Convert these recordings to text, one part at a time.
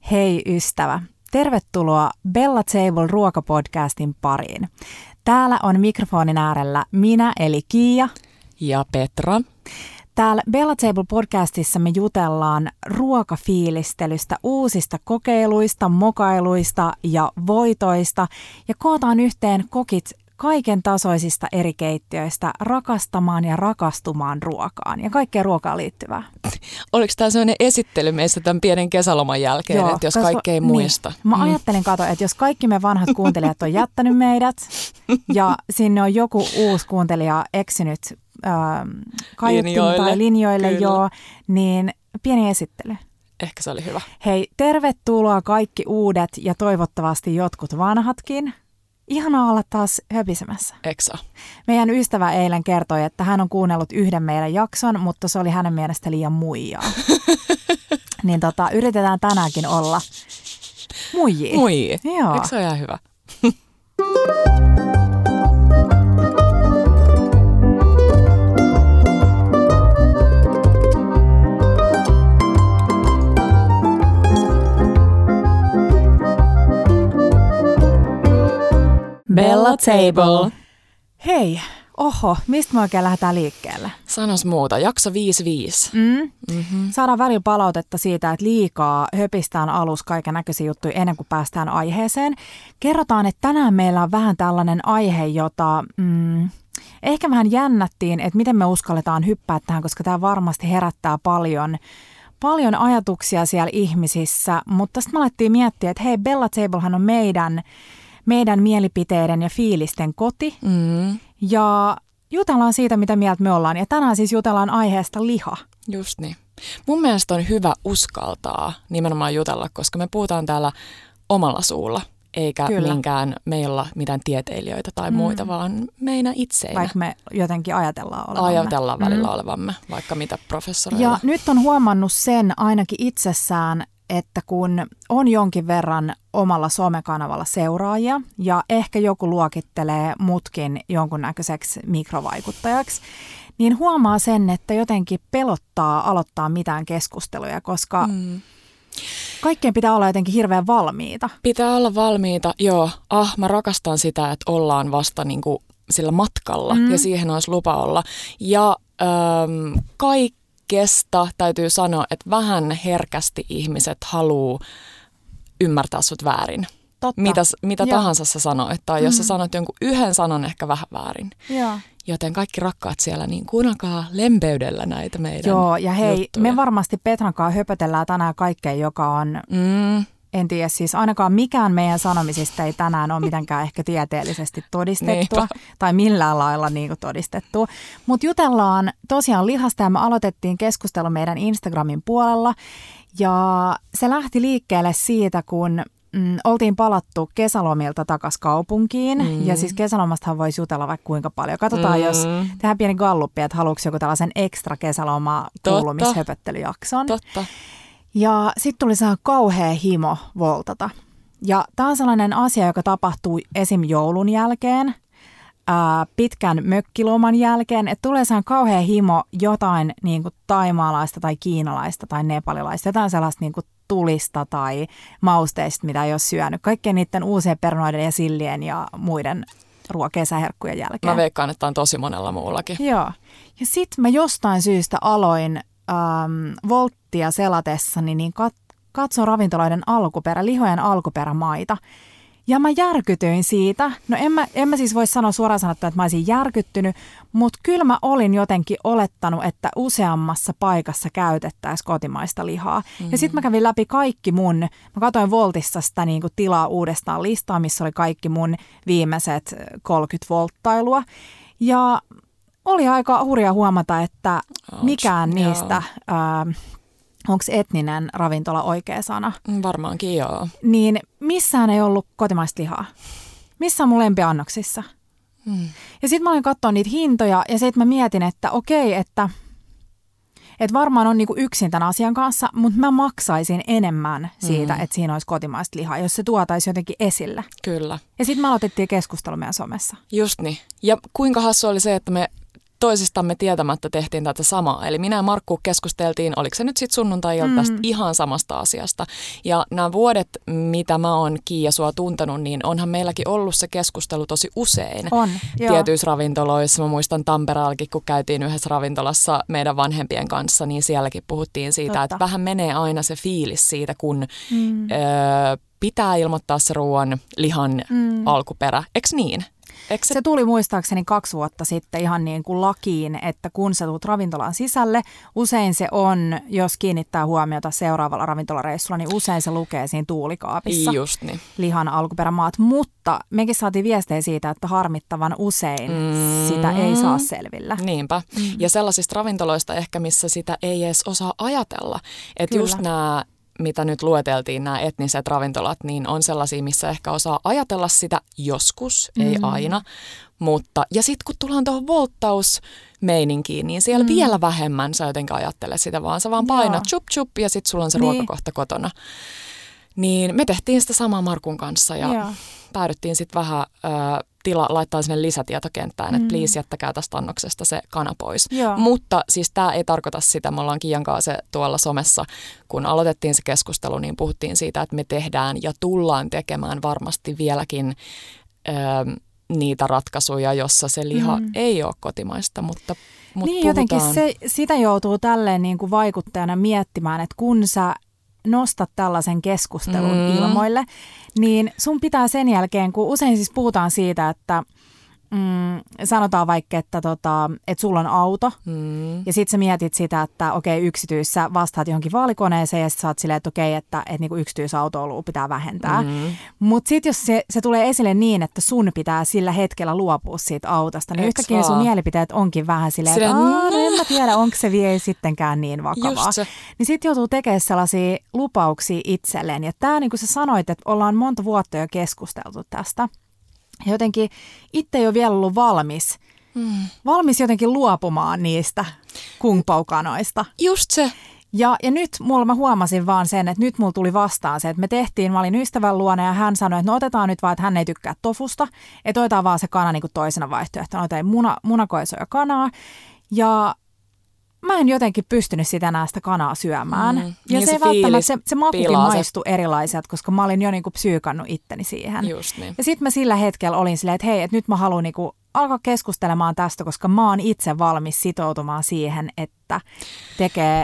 Hei ystävä, tervetuloa Bella Table ruokapodcastin pariin. Täällä on mikrofonin äärellä minä eli Kiia ja Petra. Täällä Bella Table podcastissa me jutellaan ruokafiilistelystä, uusista kokeiluista, mokailuista ja voitoista ja kootaan yhteen kokit kaiken tasoisista eri keittiöistä rakastamaan ja rakastumaan ruokaan ja kaikkea ruokaan liittyvää. Oliko tämä sellainen esittely meistä tämän pienen kesäloman jälkeen, että jos kaikki ei muista? Niin. Mä ajattelin, että jos kaikki me vanhat kuuntelijat on jättänyt meidät ja sinne on joku uusi kuuntelija eksynyt kaiuttiin tai linjoille, niin pieni esittely. Ehkä se oli hyvä. Hei, tervetuloa kaikki uudet ja toivottavasti jotkut vanhatkin. Ihanaa olla taas höpisemässä. Eksa. Meidän ystävä eilen kertoi, että hän on kuunnellut yhden meidän jakson, mutta se oli hänen mielestä liian muijaa. Niin yritetään tänäänkin olla muijia. Muijia. Joo. Eikö se ole ihan hyvä? Bella Table. Hei, mistä me oikein lähdetään liikkeelle? Sanos muuta, jakso 55. Saadaan välillä palautetta siitä, että liikaa höpistään alussa kaiken näköisiä juttuja ennen kuin päästään aiheeseen. Kerrotaan, että tänään meillä on vähän tällainen aihe, jota ehkä vähän jännättiin, että miten me uskalletaan hyppää tähän, koska tämä varmasti herättää paljon ajatuksia siellä ihmisissä. Mutta sitten me alettiin miettiä, että hei, Bella Tablehan on meidän mielipiteiden ja fiilisten koti. Ja jutellaan siitä, mitä mieltä me ollaan. Ja tänään siis jutellaan aiheesta liha. Just niin. Mun mielestä on hyvä uskaltaa nimenomaan jutella, koska me puhutaan täällä omalla suulla. Eikä minkään meillä mitään tieteilijöitä tai muita, vaan meidän itseinä. Vaikka me jotenkin ajatellaan olevamme. Ajatellaan välillä olevamme, vaikka mitä professoreilla. Ja nyt on huomannut sen ainakin itsessään, että kun on jonkin verran omalla somekanavalla seuraajia ja ehkä joku luokittelee mutkin jonkunnäköiseksi mikrovaikuttajaksi, niin huomaa sen, että jotenkin pelottaa aloittaa mitään keskusteluja, koska kaikkien pitää olla jotenkin hirveän valmiita. Pitää olla valmiita, joo. Mä rakastan sitä, että ollaan vasta niinku sillä matkalla ja siihen olisi lupa olla. Ja kaikesta täytyy sanoa, että vähän herkästi ihmiset haluaa ymmärtää sut väärin. Totta. Mitä tahansa sä sanoit, tai jos sä sanot jonkun yhden sanan ehkä vähän väärin. Joo. Joten kaikki rakkaat siellä, niin kuunnelkaa lempeydellä näitä meidän Joo, ja hei, juttuja. me varmasti Petran kanssa höpötellään tänään kaikkea, joka on, en tiedä, siis ainakaan mikään meidän sanomisista ei tänään ole mitenkään ehkä tieteellisesti todistettua tai millään lailla niin kuin todistettua. Mutta jutellaan tosiaan lihasta ja me aloitettiin keskustelu meidän Instagramin puolella ja se lähti liikkeelle siitä, kun oltiin palattu kesälomilta takaisin kaupunkiin ja siis kesälomastahan voisi jutella vaikka kuinka paljon. Katsotaan, jos tehdään pieni galluppi, että haluatko joku tällaisen ekstra kesäloma kuulumishöpöttelyjakson. Totta. Ja sitten tuli sehän kauhea himo voltata. Ja tämä on sellainen asia, joka tapahtuu esim. Joulun jälkeen, pitkän mökkiloman jälkeen, että tulee sehän kauhea himo jotain niin kuin taimaalaista tai kiinalaista tai nepalilaista, jotain sellaista niin kuin tulista tai mausteista, mitä ei ole syönyt. Kaikkien niiden uusien perunoiden ja sillien ja muiden kesäherkkujen jälkeen. Mä veikkaan, että on tosi monella muullakin. Joo. Ja sitten mä jostain syystä aloin Volttia selatessani niin katsoa ravintoloiden lihojen alkuperämaita. Ja mä järkytyin siitä. No en mä siis voi sanoa suoraan sanottuna, että mä olisin järkyttynyt, mutta kyllä mä olin jotenkin olettanut, että useammassa paikassa käytettäisiin kotimaista lihaa. Ja sitten mä kävin läpi kaikki mä katsoin Voltissa sitä niin kuin tilaa uudestaan listaa, missä oli kaikki mun viimeiset 30 volttailua. Ja oli aika hurja huomata, että mikään niistä, onko etninen ravintola oikea sana? Varmaankin joo. Niin missään ei ollut kotimaista lihaa. Missään mun lempiannoksissa. Ja sitten mä olin katsoa niitä hintoja ja sitten mä mietin, että okei, että varmaan on niinku yksin tämän asian kanssa, mutta mä maksaisin enemmän siitä, että siinä olisi kotimaista lihaa, jos se tuotaisi jotenkin esille. Kyllä. Ja sitten me aloitettiin keskustelu meidän somessa. Just niin. Ja kuinka hassu oli se, että me toisistamme tietämättä tehtiin tätä samaa. Eli minä ja Markku keskusteltiin, oliko se nyt sitten sunnuntai-ilta tästä ihan samasta asiasta. Ja nämä vuodet, mitä mä oon Kiia sua tuntenut, niin onhan meilläkin ollut se keskustelu tosi usein. On, tietyissä ravintoloissa. Mä muistan Tampereellakin, kun käytiin yhdessä ravintolassa meidän vanhempien kanssa, niin sielläkin puhuttiin siitä, että vähän menee aina se fiilis siitä, kun pitää ilmoittaa se ruoan, lihan alkuperä. Eks niin? Se tuli muistaakseni 2 vuotta sitten ihan niin kuin lakiin, että kun sä tulet ravintolan sisälle, usein se on, jos kiinnittää huomiota seuraavalla ravintolareissulla, niin usein se lukee siinä tuulikaapissa. Just niin. Lihan alkuperämaat, mutta mekin saatiin viestejä siitä, että harmittavan usein sitä ei saa selville. Niinpä. Ja sellaisista ravintoloista ehkä, missä sitä ei edes osaa ajatella. Että just nämä, mitä nyt lueteltiin, nämä etniset ravintolat, niin on sellaisia, missä ehkä osaa ajatella sitä joskus, ei aina. Mutta, ja sitten kun tullaan tuohon volttausmeininkiin, niin siellä vielä vähemmän sä jotenkin ajattelet sitä, vaan sä vaan painat chup chup ja sitten sulla on se ruokakohta kotona. Niin me tehtiin sitä samaa Markun kanssa ja päädyttiin sitten vähän laittaa sinne lisätietokenttään, että please jättäkää tästä annoksesta se kana pois. Mutta siis tämä ei tarkoita sitä, me ollaan Kiian kanssa tuolla somessa, kun aloitettiin se keskustelu, niin puhuttiin siitä, että me tehdään ja tullaan tekemään varmasti vieläkin niitä ratkaisuja, jossa se liha ei ole kotimaista, mutta niin puhutaan. Jotenkin sitä joutuu tälleen niin kuin vaikuttajana miettimään, että kun sä nostat tällaisen keskustelun ilmoille, niin sun pitää sen jälkeen, kun usein siis puhutaan siitä, että sanotaan vaikka, että sulla on auto ja sit sä mietit sitä, että okei, yksityisessä vastaat johonkin vaalikoneeseen ja sit sä oot silleen, että okei, että niinku yksityisautoilua pitää vähentää. Mutta sit jos se tulee esille niin, että sun pitää sillä hetkellä luopua siitä autosta, niin yhtäkkiä sun mielipiteet onkin vähän silleen, että en mä tiedä, onko se vie sittenkään niin vakavaa. Niin sit joutuu tekemään sellaisia lupauksia itselleen. Ja tää niin kuin sä sanoit, että ollaan monta vuotta jo keskusteltu tästä. Jotenkin itse ei ole vielä ollut valmis jotenkin luopumaan niistä kungpaukanoista. Just se. Ja nyt mä huomasin vaan sen, että nyt mulla tuli vastaan se, että mä olin ystävän luona ja hän sanoi, että no otetaan nyt vaan, että hän ei tykkää tofusta, että otetaan vaan se kana niin kuin toisena vaihtoehtona, otetaan munakoisoja kanaa ja mä en jotenkin pystynyt enää sitä kanaa syömään. Ja niin se ei välttämättä, se makukin maistui erilaiselta, koska mä olin jo niinku psyykannut itteni siihen. Just niin. Ja sitten mä sillä hetkellä olin silleen, että hei, että nyt mä haluan niinku alkaa keskustelemaan tästä, koska mä oon itse valmis sitoutumaan siihen, että tekee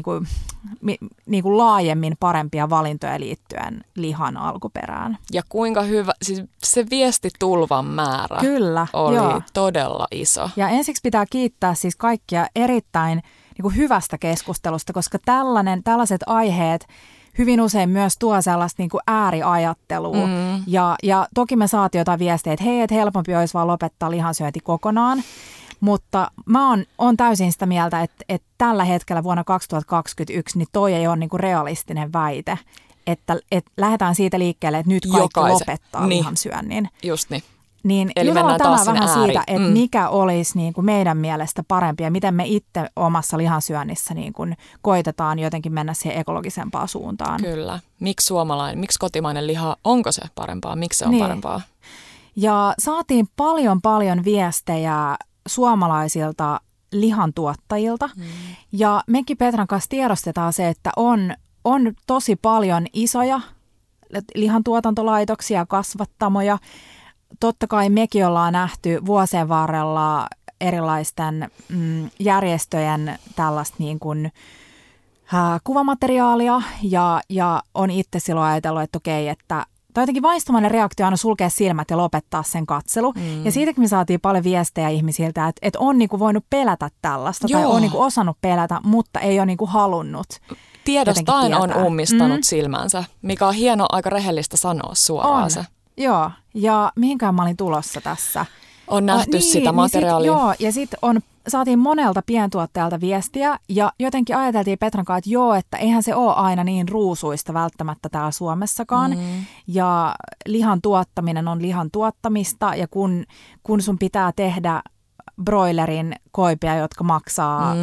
niinku laajemmin parempia valintoja liittyen lihan alkuperään. Ja kuinka hyvä, siis se vistitulvan määrä oli todella iso. Ja ensiksi pitää kiittää siis kaikkia erittäin niinku hyvästä keskustelusta, koska tällaiset aiheet hyvin usein myös tuo sellaista niinku ääriajattelua. Ja toki me saatiin jotain viestejä, että hei, että helpompi olisi vaan lopettaa lihansyönti kokonaan. Mutta mä oon täysin sitä mieltä, että tällä hetkellä vuonna 2021 niin toi ei ole niinku realistinen väite, että lähdetään siitä liikkeelle, että nyt kaikki lopettaa lihansyönnin. Just niin. Niin jutellaan tänään vähän siitä, että mikä olisi niinku meidän mielestä parempi ja miten me itse omassa lihansyönnissä niinku koitetaan jotenkin mennä siihen ekologisempaan suuntaan. Kyllä. Miksi kotimainen liha, onko se parempaa? Miksi se on parempaa? Ja saatiin paljon viestejä suomalaisilta lihantuottajilta. Ja mekin Petran kanssa tiedostetaan se, että on tosi paljon isoja lihantuotantolaitoksia, kasvattamoja. Totta kai mekin ollaan nähty vuosien varrella erilaisten järjestöjen tällaista niin kuin kuvamateriaalia ja on itse silloin ajatellut, että okei, että tai jotenkin vaistomainen reaktio aina sulkea silmät ja lopettaa sen katselu. Ja siitäkin me saatiin paljon viestejä ihmisiltä, että on niinku voinut pelätä tällaista tai on niinku osannut pelätä, mutta ei ole niinku halunnut. Tiedostain on ummistanut silmänsä, mikä on hieno, aika rehellistä sanoa suoraan se. Joo, ja mihinkään mä olin tulossa tässä. On nähty sitä materiaalia. Ja sitten saatiin monelta pientuottajalta viestiä ja jotenkin ajateltiin Petran kanssa, että että eihän se ole aina niin ruusuista välttämättä täällä Suomessakaan. Ja lihan tuottaminen on lihan tuottamista ja kun sun pitää tehdä broilerin koipia, jotka maksaa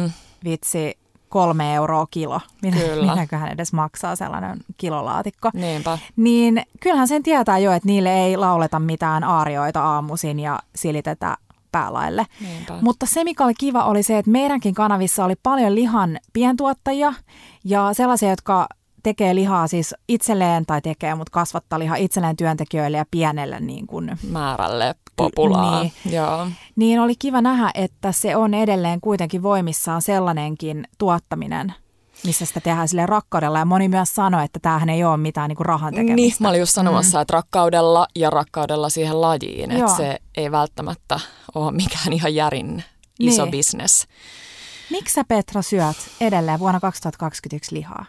3 euroa kilo. Mitäköhän edes maksaa sellainen kilolaatikko. Niinpä. Niin kyllähän sen tietää jo, että niille ei lauleta mitään aarioita aamuisin ja silitetä päälaille. Niinpä. Mutta se, mikä oli kiva, oli se, että meidänkin kanavissa oli paljon lihan pientuottajia ja sellaisia, jotka tekee lihaa siis itselleen tai mutta kasvattaa lihaa itselleen työntekijöille ja pienelle niin kuin määrälle populaa. Niin. Joo. Niin oli kiva nähdä, että se on edelleen kuitenkin voimissaan sellainenkin tuottaminen, missä sitä tehdään sille rakkaudella. Ja moni myös sanoi, että tämähän ei ole mitään niin kuin rahan tekemistä. Niin, mä olin just sanomassa, että rakkaudella siihen lajiin. Että se ei välttämättä ole mikään ihan järin iso bisnes. Miksi sä, Petra, syöt edelleen vuonna 2021 lihaa?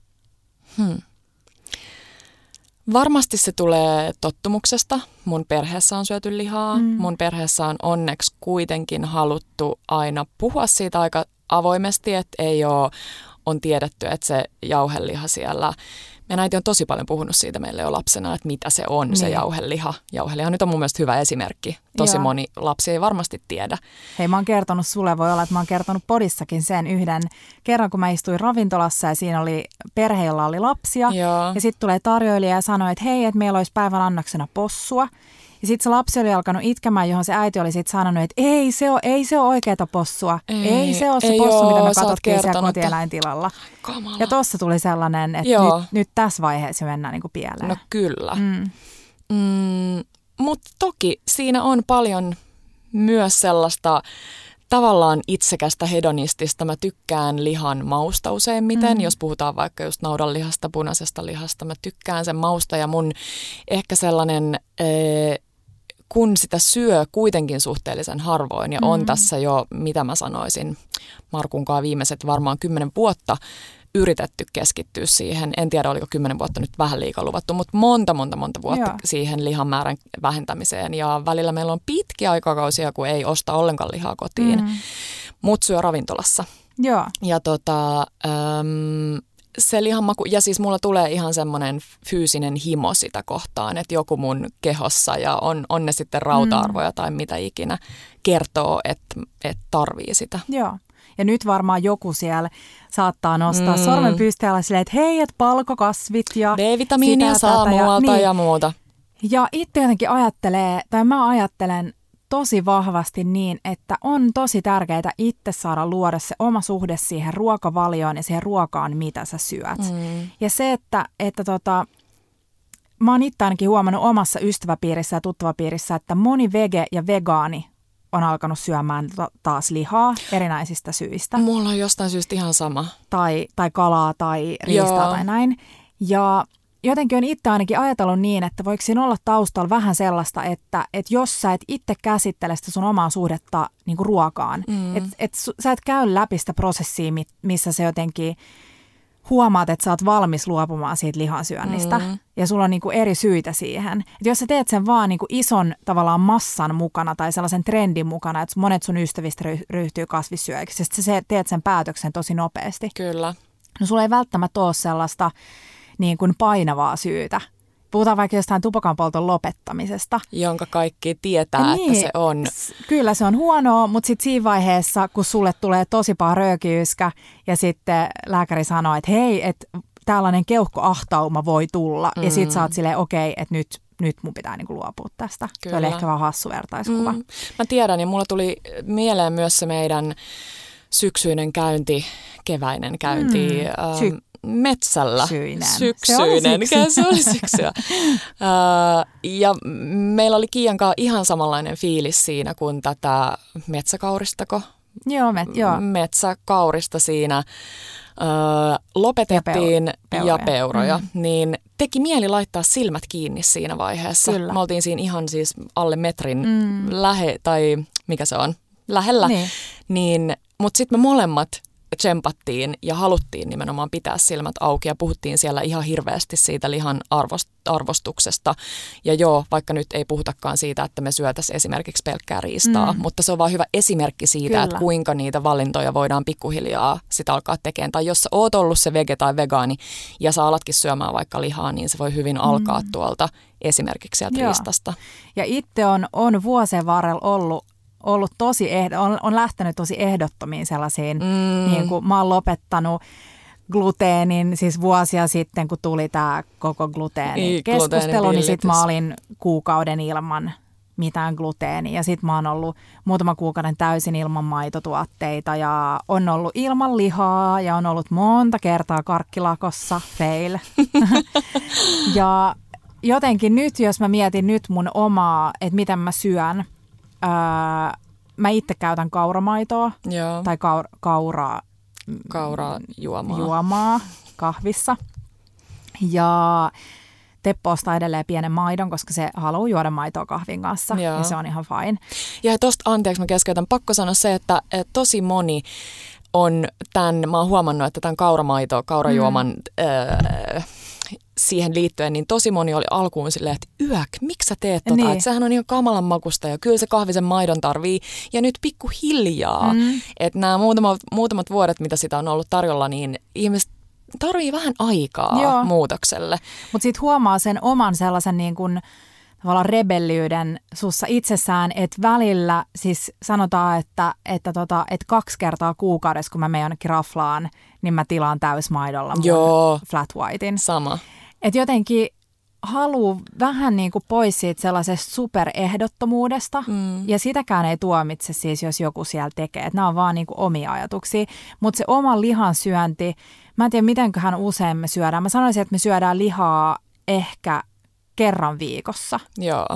Varmasti se tulee tottumuksesta. Mun perheessä on syöty lihaa. Mun perheessä on onneksi kuitenkin haluttu aina puhua siitä aika avoimesti, että on tiedetty, että se jauheliha siellä. Meidän äiti on tosi paljon puhunut siitä meille jo lapsena, että mitä se on se jauheliha. Jauheliha nyt on mun mielestä hyvä esimerkki. Tosi moni lapsi ei varmasti tiedä. Hei, mä oon kertonut sulle, voi olla, että mä oon kertonut podissakin sen yhden kerran, kun mä istuin ravintolassa ja siinä oli perhe, jolla oli lapsia. Joo. Ja sitten tulee tarjoilija ja sanoi, että hei, että meillä olisi päivän annoksena possua. Ja sitten se lapsi oli alkanut itkemään, johon se äiti oli sitten sanonut, että ei se ole oikeata possua. Ei se ole se possu, mitä me katsottiin siellä kotieläintilalla. Kamala. Ja tuossa tuli sellainen, että nyt tässä vaiheessa mennään niin kuin pieleen. No kyllä. Mutta toki siinä on paljon myös sellaista tavallaan itsekästä hedonistista. Mä tykkään lihan mausta useimmiten. Jos puhutaan vaikka just naudanlihasta, punaisesta lihasta, mä tykkään sen mausta ja mun ehkä sellainen kun sitä syö kuitenkin suhteellisen harvoin ja on tässä jo, mitä mä sanoisin, Markunkaan viimeiset varmaan 10 vuotta yritetty keskittyä siihen. En tiedä, oliko 10 vuotta nyt vähän liikaa luvattu, mutta monta vuotta siihen lihan määrän vähentämiseen. Ja välillä meillä on pitkiä aikakausia, kun ei osta ollenkaan lihaa kotiin, mutta syö ravintolassa. Joo. Ja se lihanmaku, ja siis mulla tulee ihan semmoinen fyysinen himo sitä kohtaan, että joku mun kehossa ja on ne sitten rauta-arvoja tai mitä ikinä kertoo, että tarvii sitä. Joo. Ja nyt varmaan joku siellä saattaa nostaa sormen pystyllä silleen, että hei, että palkokasvit ja D-vitamiinia saa muualta ja muuta. Ja itse jotenkin mä ajattelen tosi vahvasti niin, että on tosi tärkeää itse saada luoda se oma suhde siihen ruokavalioon ja siihen ruokaan, mitä sä syöt. Ja se, että mä oon itse ainakin huomannut omassa ystäväpiirissä ja tuttavapiirissä, että moni vege ja vegaani on alkanut syömään taas lihaa erinäisistä syistä. Mulla on jostain syystä ihan sama. Tai kalaa tai riistaa tai näin. Ja jotenkin on itse ainakin ajatellut niin, että voiko siinä olla taustalla vähän sellaista, että jos sä et itse käsittele sitä sun omaa suhdetta niin kuin ruokaan, että sä et käy läpi sitä prosessia, missä se jotenkin huomaat, että sä oot valmis luopumaan siitä lihansyönnistä ja sulla on niin kuin eri syitä siihen. Et jos sä teet sen vaan niin kuin ison tavallaan massan mukana tai sellaisen trendin mukana, että monet sun ystävistä ryhtyy kasvissyöjiksi, ja sä teet sen päätöksen tosi nopeasti. Kyllä. No sulla ei välttämättä ole sellaista niin kuin painavaa syytä. Puhutaan vaikka jostain tupakanpolton lopettamisesta. Jonka kaikki tietää, että se on. Kyllä se on huonoa, mutta sitten siinä vaiheessa, kun sulle tulee tosi paha röökiyskä ja sitten lääkäri sanoo, että hei, että tällainen keuhkoahtauma voi tulla. Ja sitten sä oot silleen, okei, että nyt mun pitää niinku luopua tästä. Kyllä. Se oli ehkä vähän hassu vertaiskuva. Mä tiedän ja mulla tuli mieleen myös se meidän syksyinen käynti, keväinen käynti. Metsällä. Syksyinen. Se oli syksyä. Ja meillä oli Kiian kanssa ihan samanlainen fiilis siinä, kun tätä metsäkauristako? Joo. Metsäkaurista siinä lopetettiin ja peuroja. Niin teki mieli laittaa silmät kiinni siinä vaiheessa. Kyllä. Me oltiin siinä ihan siis alle metrin tai mikä se on, lähellä. Mutta sitten me molemmat tsempattiin ja haluttiin nimenomaan pitää silmät auki ja puhuttiin siellä ihan hirveästi siitä lihan arvostuksesta. Ja joo, vaikka nyt ei puhutakaan siitä, että me syötäisiin esimerkiksi pelkkää riistaa, mutta se on vaan hyvä esimerkki siitä, että kuinka niitä valintoja voidaan pikkuhiljaa sitä alkaa tekemään. Tai jos sä oot ollut se vege tai vegaani ja sä alatkin syömään vaikka lihaa, niin se voi hyvin alkaa tuolta esimerkiksi sieltä riistasta. Ja itse on vuosien varrella ollut tosi on lähtenyt tosi ehdottomiin sellaisiin, niin kuin mä oon lopettanut gluteenin, siis vuosia sitten, kun tuli tämä koko gluteenikeskustelu, niin sitten mä olin kuukauden ilman mitään gluteenia. Ja sit mä oon ollut muutama kuukauden täysin ilman maitotuotteita ja on ollut ilman lihaa ja on ollut monta kertaa karkkilakossa, fail. Ja jotenkin nyt, jos mä mietin nyt mun omaa, että miten mä syön, mä itse käytän kauramaitoa tai kauraa juomaa kahvissa. Ja Teppo ostaa edelleen pienen maidon, koska se haluaa juoda maitoa kahvin kanssa. Ja se on ihan fine. Ja tosta, anteeksi mä keskeytän, pakko sanoa se, että tosi moni on mä oon huomannut, että tämän kaurajuoman siihen liittyen, niin tosi moni oli alkuun silleen, että miksi sä teet tota? Niin. Että sehän on ihan kamalan makusta ja kyllä se kahvisen maidon tarvii. Ja nyt pikkuhiljaa, että nämä muutamat vuodet, mitä sitä on ollut tarjolla, niin ihmiset tarvii vähän aikaa muutokselle. Mutta sitten huomaa sen oman sellaisen niin kun, tavallaan rebelliyden sussa itsessään, että välillä siis sanotaan, että 2 kertaa kuukaudessa, kun mä menen jonnekin raflaan, niin mä tilaan täysmaidolla mun flat whitein. Sama. Että jotenkin haluu vähän niin kuin pois siitä sellaisesta superehdottomuudesta, ja sitäkään ei tuomitse siis, jos joku siellä tekee. Että nämä on vaan niin kuin omia ajatuksia. Mutta se oma lihan syönti, mä en tiedä mitenköhän usein me syödään. Mä sanoisin, että me syödään lihaa ehkä kerran viikossa. Joo.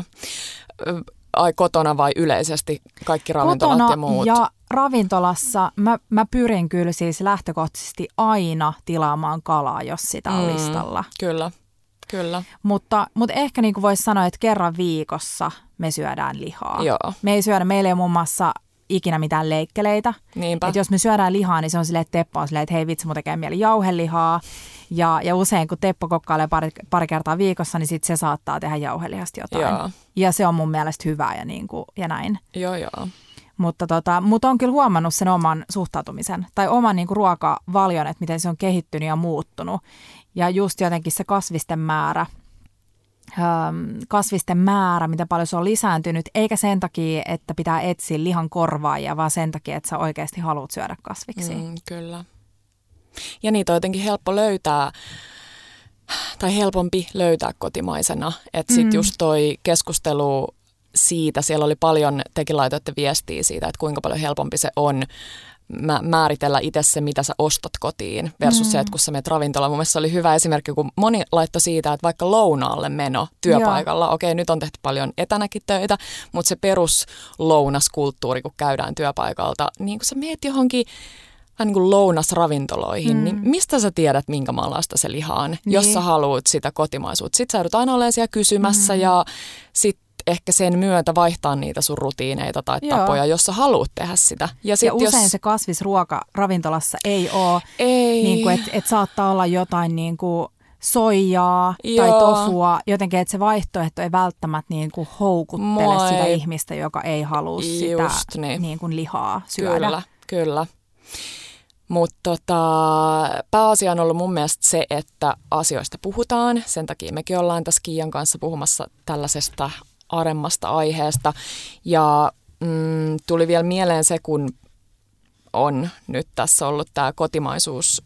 Ai kotona vai yleisesti kaikki ravintolat kotona ja muut? Ja ravintolassa mä pyrin kyllä siis lähtökohtaisesti aina tilaamaan kalaa, jos sitä on listalla. Kyllä. Mutta ehkä niin kuin voisi sanoa, että kerran viikossa me syödään lihaa. Joo. Meillä ei ole muun muassa ikinä mitään leikkeleitä. Niinpä. Että jos me syödään lihaa, niin se on silleen, että Teppo on silleen, että hei vitsi, mun tekee mieli jauhelihaa. Ja usein kun Teppo kokkailee pari kertaa viikossa, niin sit se saattaa tehdä jauhelihasta jotain. Joo. Ja se on mun mielestä hyvää ja näin. Joo. Mutta on kyllä huomannut sen oman suhtautumisen tai oman niin kuin ruokavalion, että miten se on kehittynyt ja muuttunut. Ja just jotenkin se kasvisten määrä, mitä paljon se on lisääntynyt, eikä sen takia, että pitää etsiä lihan korvaajia, vaan sen takia, että sä oikeasti haluat syödä kasviksia. Kyllä. Ja niitä on jotenkin helpompi löytää kotimaisena. Että sitten just toi keskustelu siitä, siellä oli paljon, tekin laitoitte viestiä siitä, että kuinka paljon helpompi se on määritellä itse se, mitä sä ostat kotiin versus se, että kun sä menet ravintolaan. Mun mielestä se oli hyvä esimerkki, kun moni laittoi siitä, että vaikka lounaalle meno työpaikalla, okei, nyt on tehty paljon etänäkin töitä, mutta se peruslounaskulttuuri, kun käydään työpaikalta, niin kun sä meet johonkin niin kuin lounasravintoloihin, niin mistä sä tiedät, minkä maalaista se liha on, jos sä haluat sitä kotimaisuutta. Sitten sä joudut aina olemaan siellä kysymässä ja sitten ehkä sen myötä vaihtaa niitä sun rutiineita tai tapoja, jos sä haluat tehdä sitä. Ja usein se kasvisruoka ravintolassa ei ole, niin kuin, että saattaa olla jotain niin kuin soijaa tai tofua, jotenkin, että se vaihtoehto ei välttämättä niin kuin houkuttele sitä ihmistä, joka ei halua sitä niin kuin lihaa syödä. Kyllä. Mutta pääasia on ollut mun mielestä se, että asioista puhutaan. Sen takia mekin ollaan tässä Kiian kanssa puhumassa tällaisesta aremmasta aiheesta. Ja tuli vielä mieleen se, kun on nyt tässä ollut tämä kotimaisuus,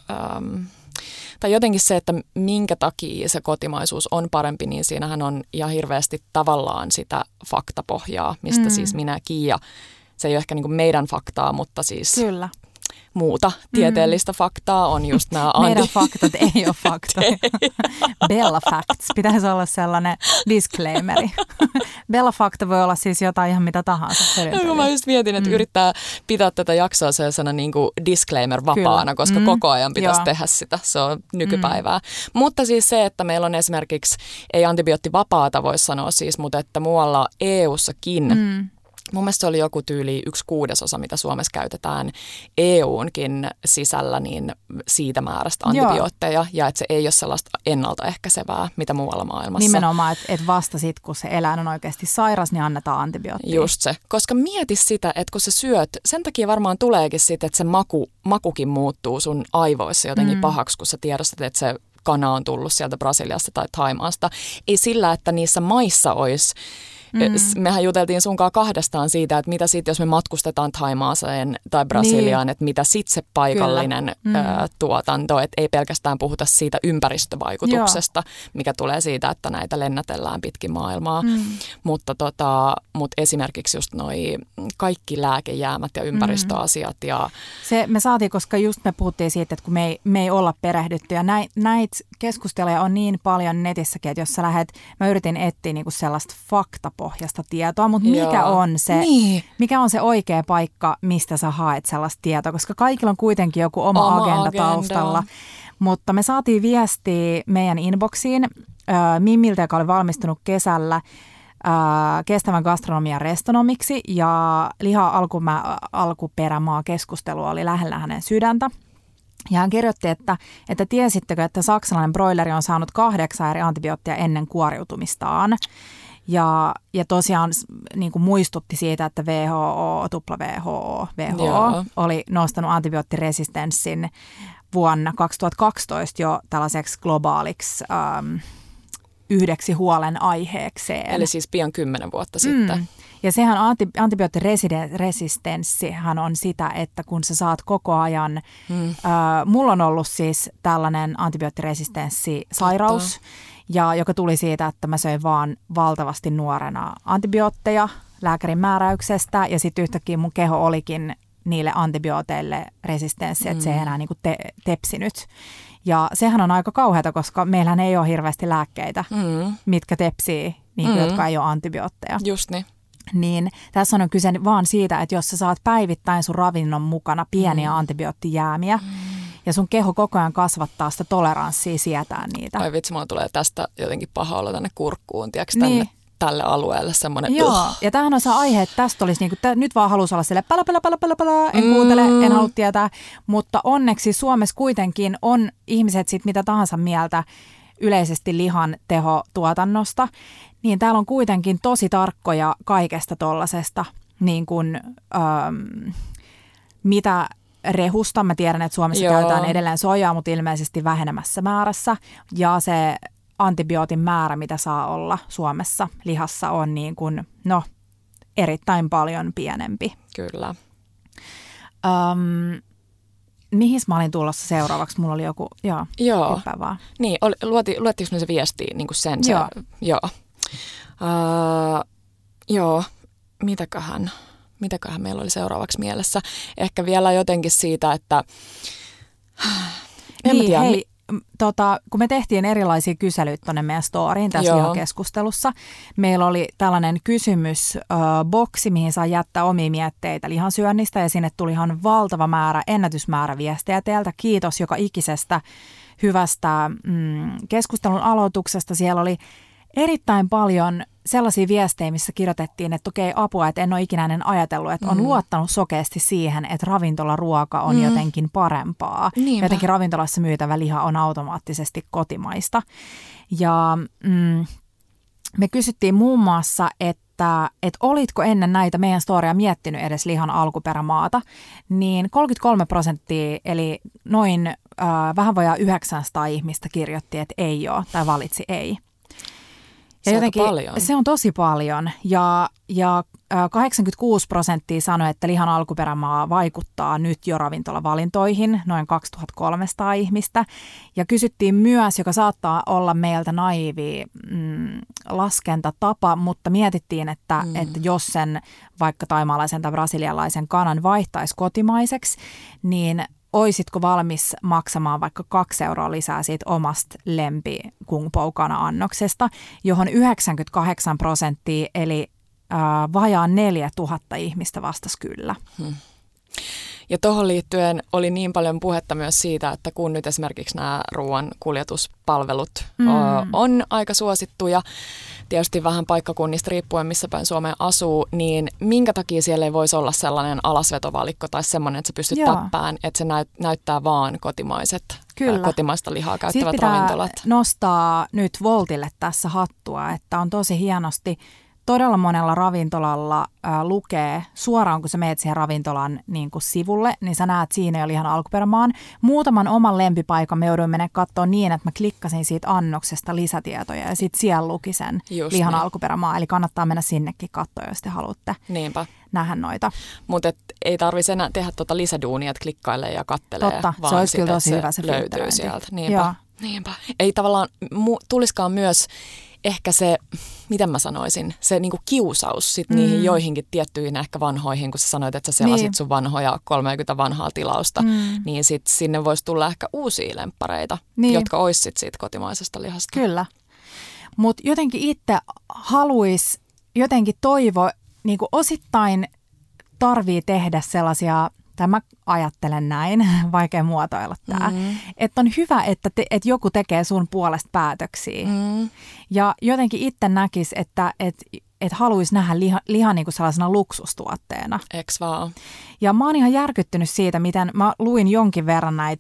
tai jotenkin se, että minkä takia se kotimaisuus on parempi, niin siinähän on ihan hirveästi tavallaan sitä faktapohjaa, mistä siis minä Kiia, se ei ole ehkä niin kuin meidän faktaa, mutta siis Kyllä. muuta tieteellistä faktaa on just nämä meidän faktat ei ole faktoja. Bella Facts. Pitäisi olla sellainen disclaimeri. Bella Fakta voi olla siis jotain ihan mitä tahansa. No, mä just mietin, että yrittää pitää tätä jaksoa sellaisena niin kuin disclaimer vapaana, koska koko ajan pitäisi tehdä sitä. Se on nykypäivää. Mutta siis se, että meillä on esimerkiksi, ei antibioottivapaata voi sanoa siis, mutta että muualla EU-sakin mun mielestä se oli joku tyyli 1/6, mitä Suomessa käytetään EU:nkin sisällä, niin siitä määrästä antibiootteja. Ja että se ei ole sellaista ennaltaehkäisevää, mitä muualla maailmassa. Nimenomaan, että vasta sitten, kun se eläin on oikeasti sairas, niin annetaan antibioottia. Just se. Koska mieti sitä, että kun sä syöt, sen takia varmaan tuleekin sitten, että se makukin muuttuu sun aivoissa jotenkin pahaksi, kun sä tiedostat, että se kana on tullut sieltä Brasiliasta tai Thaimaasta. Ei sillä, että niissä maissa olisi Mehän juteltiin sunkaan kahdestaan siitä, että mitä sitten, jos me matkustetaan Thaimaaseen tai Brasiliaan, että mitä sitten se paikallinen tuotanto, että ei pelkästään puhuta siitä ympäristövaikutuksesta, mikä tulee siitä, että näitä lennätellään pitkin maailmaa, mutta esimerkiksi just noi kaikki lääkejäämät ja ympäristöasiat. Ja se me saatiin, koska just me puhuttiin siitä, että kun me ei olla perehdytty ja näitä keskusteluja on niin paljon netissäkin, että jos sä lähdet, mä yritin etsiä niinku sellaista faktapohjasta tietoa, mutta mikä on se oikea paikka, mistä sä haet sellaista tietoa, koska kaikilla on kuitenkin joku oma agenda taustalla. Mutta me saatiin viestiä meidän inboxiin Mimmiltä, joka oli valmistunut kesällä kestävän gastronomian restonomiksi, ja alkuperämaa keskustelu oli lähellä hänen sydäntä. Ja hän kirjoitti, että tiesittekö, että saksalainen broileri on saanut 8 eri antibioottia ennen kuoriutumistaan. Ja tosiaan niin kuin muistutti siitä, että WHO oli nostanut antibioottiresistenssin vuonna 2012 jo tällaiseksi globaaliksi yhdeksi huolenaiheekseen. Eli siis pian 10 vuotta sitten. Ja sehän antibioottiresistenssihän on sitä, että kun sä saat koko ajan, mulla on ollut siis tällainen antibioottiresistenssisairaus, ja joka tuli siitä, että mä söin vaan valtavasti nuorena antibiootteja lääkärin määräyksestä, ja sitten yhtäkkiä mun keho olikin niille antibiooteille resistenssi, että se ei enää niinku tepsinyt. Ja sehän on aika kauheata, koska meillähän ei ole hirveästi lääkkeitä, mitkä tepsii, jotka ei ole antibiootteja. Just niin. Niin tässä on kyse vaan siitä, että jos sä saat päivittäin sun ravinnon mukana pieniä antibioottijäämiä, ja sun keho koko ajan kasvattaa sitä toleranssia sietää niitä. Ai vitsi, mulla tulee tästä jotenkin paha olla tänne kurkkuun, tiedätkö, tälle alueelle semmoinen. Joo, ja tämähän on se aihe, että tästä olisi niinku, nyt vaan halusi olla silleen pala, en kuuntele, en halua tietää, mutta onneksi Suomessa kuitenkin on ihmiset sit mitä tahansa mieltä yleisesti lihan tehotuotannosta, niin täällä on kuitenkin tosi tarkkoja kaikesta tollasesta, niin kuin mitä rehusta. Mä tiedän, että Suomessa käytetään edelleen soijaa, mutta ilmeisesti vähenemässä määrässä, ja se antibiootin määrä, mitä saa olla Suomessa lihassa, on niin kuin, erittäin paljon pienempi. Kyllä. Mihin mä olin tulossa seuraavaksi? Mulla oli joku, epävää. Niin, luettiinko me se viesti niin kuin sen? Joo. Mitäköhän meillä oli seuraavaksi mielessä? Ehkä vielä jotenkin siitä, että kun me tehtiin erilaisia kyselyitä tuonne meidän storyin tässä keskustelussa, meillä oli tällainen kysymysboksi, mihin saa jättää omia mietteitä lihansyönnistä, ja sinne tuli ihan valtava määrä, ennätysmäärä viestejä teiltä. Kiitos joka ikisestä hyvästä keskustelun aloituksesta. Siellä oli erittäin paljon sellaisia viestejä, missä kirjoitettiin, että okei, apua, että en ole ikinä ajatellut, että on luottanut sokeasti siihen, että ravintolaruoka on jotenkin parempaa. Niinpä. Jotenkin ravintolassa myytävä liha on automaattisesti kotimaista. Ja me kysyttiin muun muassa, että olitko ennen näitä meidän storia miettinyt edes lihan alkuperämaata, niin 33%, eli noin vähän vajaa 900 ihmistä kirjoitti, että ei ole, tai valitsi ei. Ja jotenkin, se on tosi paljon, ja 86% sanoi, että lihan alkuperämaa vaikuttaa nyt jo ravintolavalintoihin, noin 2300 ihmistä. Ja kysyttiin myös, joka saattaa olla meiltä naivi laskentatapa, mutta mietittiin, että jos sen vaikka taimaalaisen tai brasilialaisen kanan vaihtaisi kotimaiseksi, niin oisitko valmis maksamaan vaikka 2 € lisää siitä omasta lempi kung pao kana-annoksesta, johon 98% eli vajaan 4000 ihmistä vastasi kyllä. Ja tuohon liittyen oli niin paljon puhetta myös siitä, että kun nyt esimerkiksi nämä ruoan kuljetuspalvelut on aika suosittuja, tietysti vähän paikkakunnista riippuen, missä päin Suomeen asuu, niin minkä takia siellä ei voisi olla sellainen alasvetovalikko tai semmoinen, että sä pystyt täppään, että se näyttää vaan kotimaista lihaa käyttävät ravintolat. Nostaa nyt Woltille tässä hattua, että on tosi hienosti todella monella ravintolalla lukee suoraan, kun sä meet siihen ravintolan niin kuin sivulle, niin sä näet siinä jo lihan alkuperämaan. Muutaman oman lempipaikan me jouduin mennä katsoa niin, että mä klikkasin siitä annoksesta lisätietoja ja sitten siellä luki sen lihan alkuperämaa. Eli kannattaa mennä sinnekin katsoa, jos te haluatte nähdä noita. Mutta ei tarvitse enää tehdä tuota lisäduunia, että klikkailee ja kattelee. Totta, vaan se olisi kyllä tosi hyvä se löytyy sieltä. Niinpä. Ei tavallaan tuliskaan myös ehkä se, miten mä sanoisin, se niinku kiusaus sit niihin joihinkin tiettyihin ehkä vanhoihin, kun sä sanoit, että sä selasit sun vanhoja 30 vanhaa tilausta, niin sit sinne voisi tulla ehkä uusia lemppareita, jotka ois sit siitä kotimaisesta lihasta. Kyllä, mutta jotenkin itse haluaisi, jotenkin toivo, niinku osittain tarvii tehdä sellaisia, tai mä ajattelen näin, vaikea muotoilla tämä, että on hyvä, että joku tekee sun puolesta päätöksiä. Ja jotenkin itse näkisi, että haluaisi nähdä lihan niin kuin sellaisena luksustuotteena. Eks vaan? Ja mä oon ihan järkyttynyt siitä, miten mä luin jonkin verran näitä